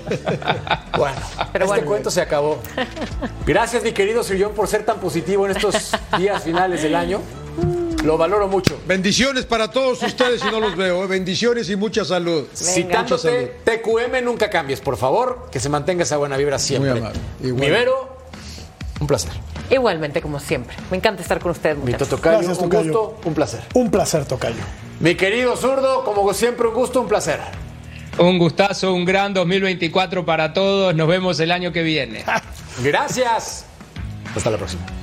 Speaker 2: Bueno,
Speaker 3: Pero
Speaker 2: este
Speaker 3: bueno.
Speaker 2: cuento se acabó. Gracias, mi querido Sillón, por ser tan positivo en estos días finales del año. Lo valoro mucho.
Speaker 4: Bendiciones para todos ustedes si no los veo, bendiciones y mucha salud.
Speaker 2: Citándote, TQM, nunca cambies, por favor. Que se mantenga esa buena vibra siempre.
Speaker 4: Muy amable. Igual.
Speaker 2: Mi Vero, un placer.
Speaker 3: Igualmente, como siempre. Me encanta estar con ustedes,
Speaker 2: Mi
Speaker 3: muchachos.
Speaker 2: Tocayo,
Speaker 6: Gracias,
Speaker 2: un
Speaker 6: Tocayo.
Speaker 2: gusto, un placer.
Speaker 6: Un placer, Tocayo.
Speaker 2: Mi querido zurdo, como siempre, un gusto, un placer.
Speaker 5: Un gustazo, un gran 2024 para todos. Nos vemos el año que viene.
Speaker 2: Gracias. Hasta la próxima.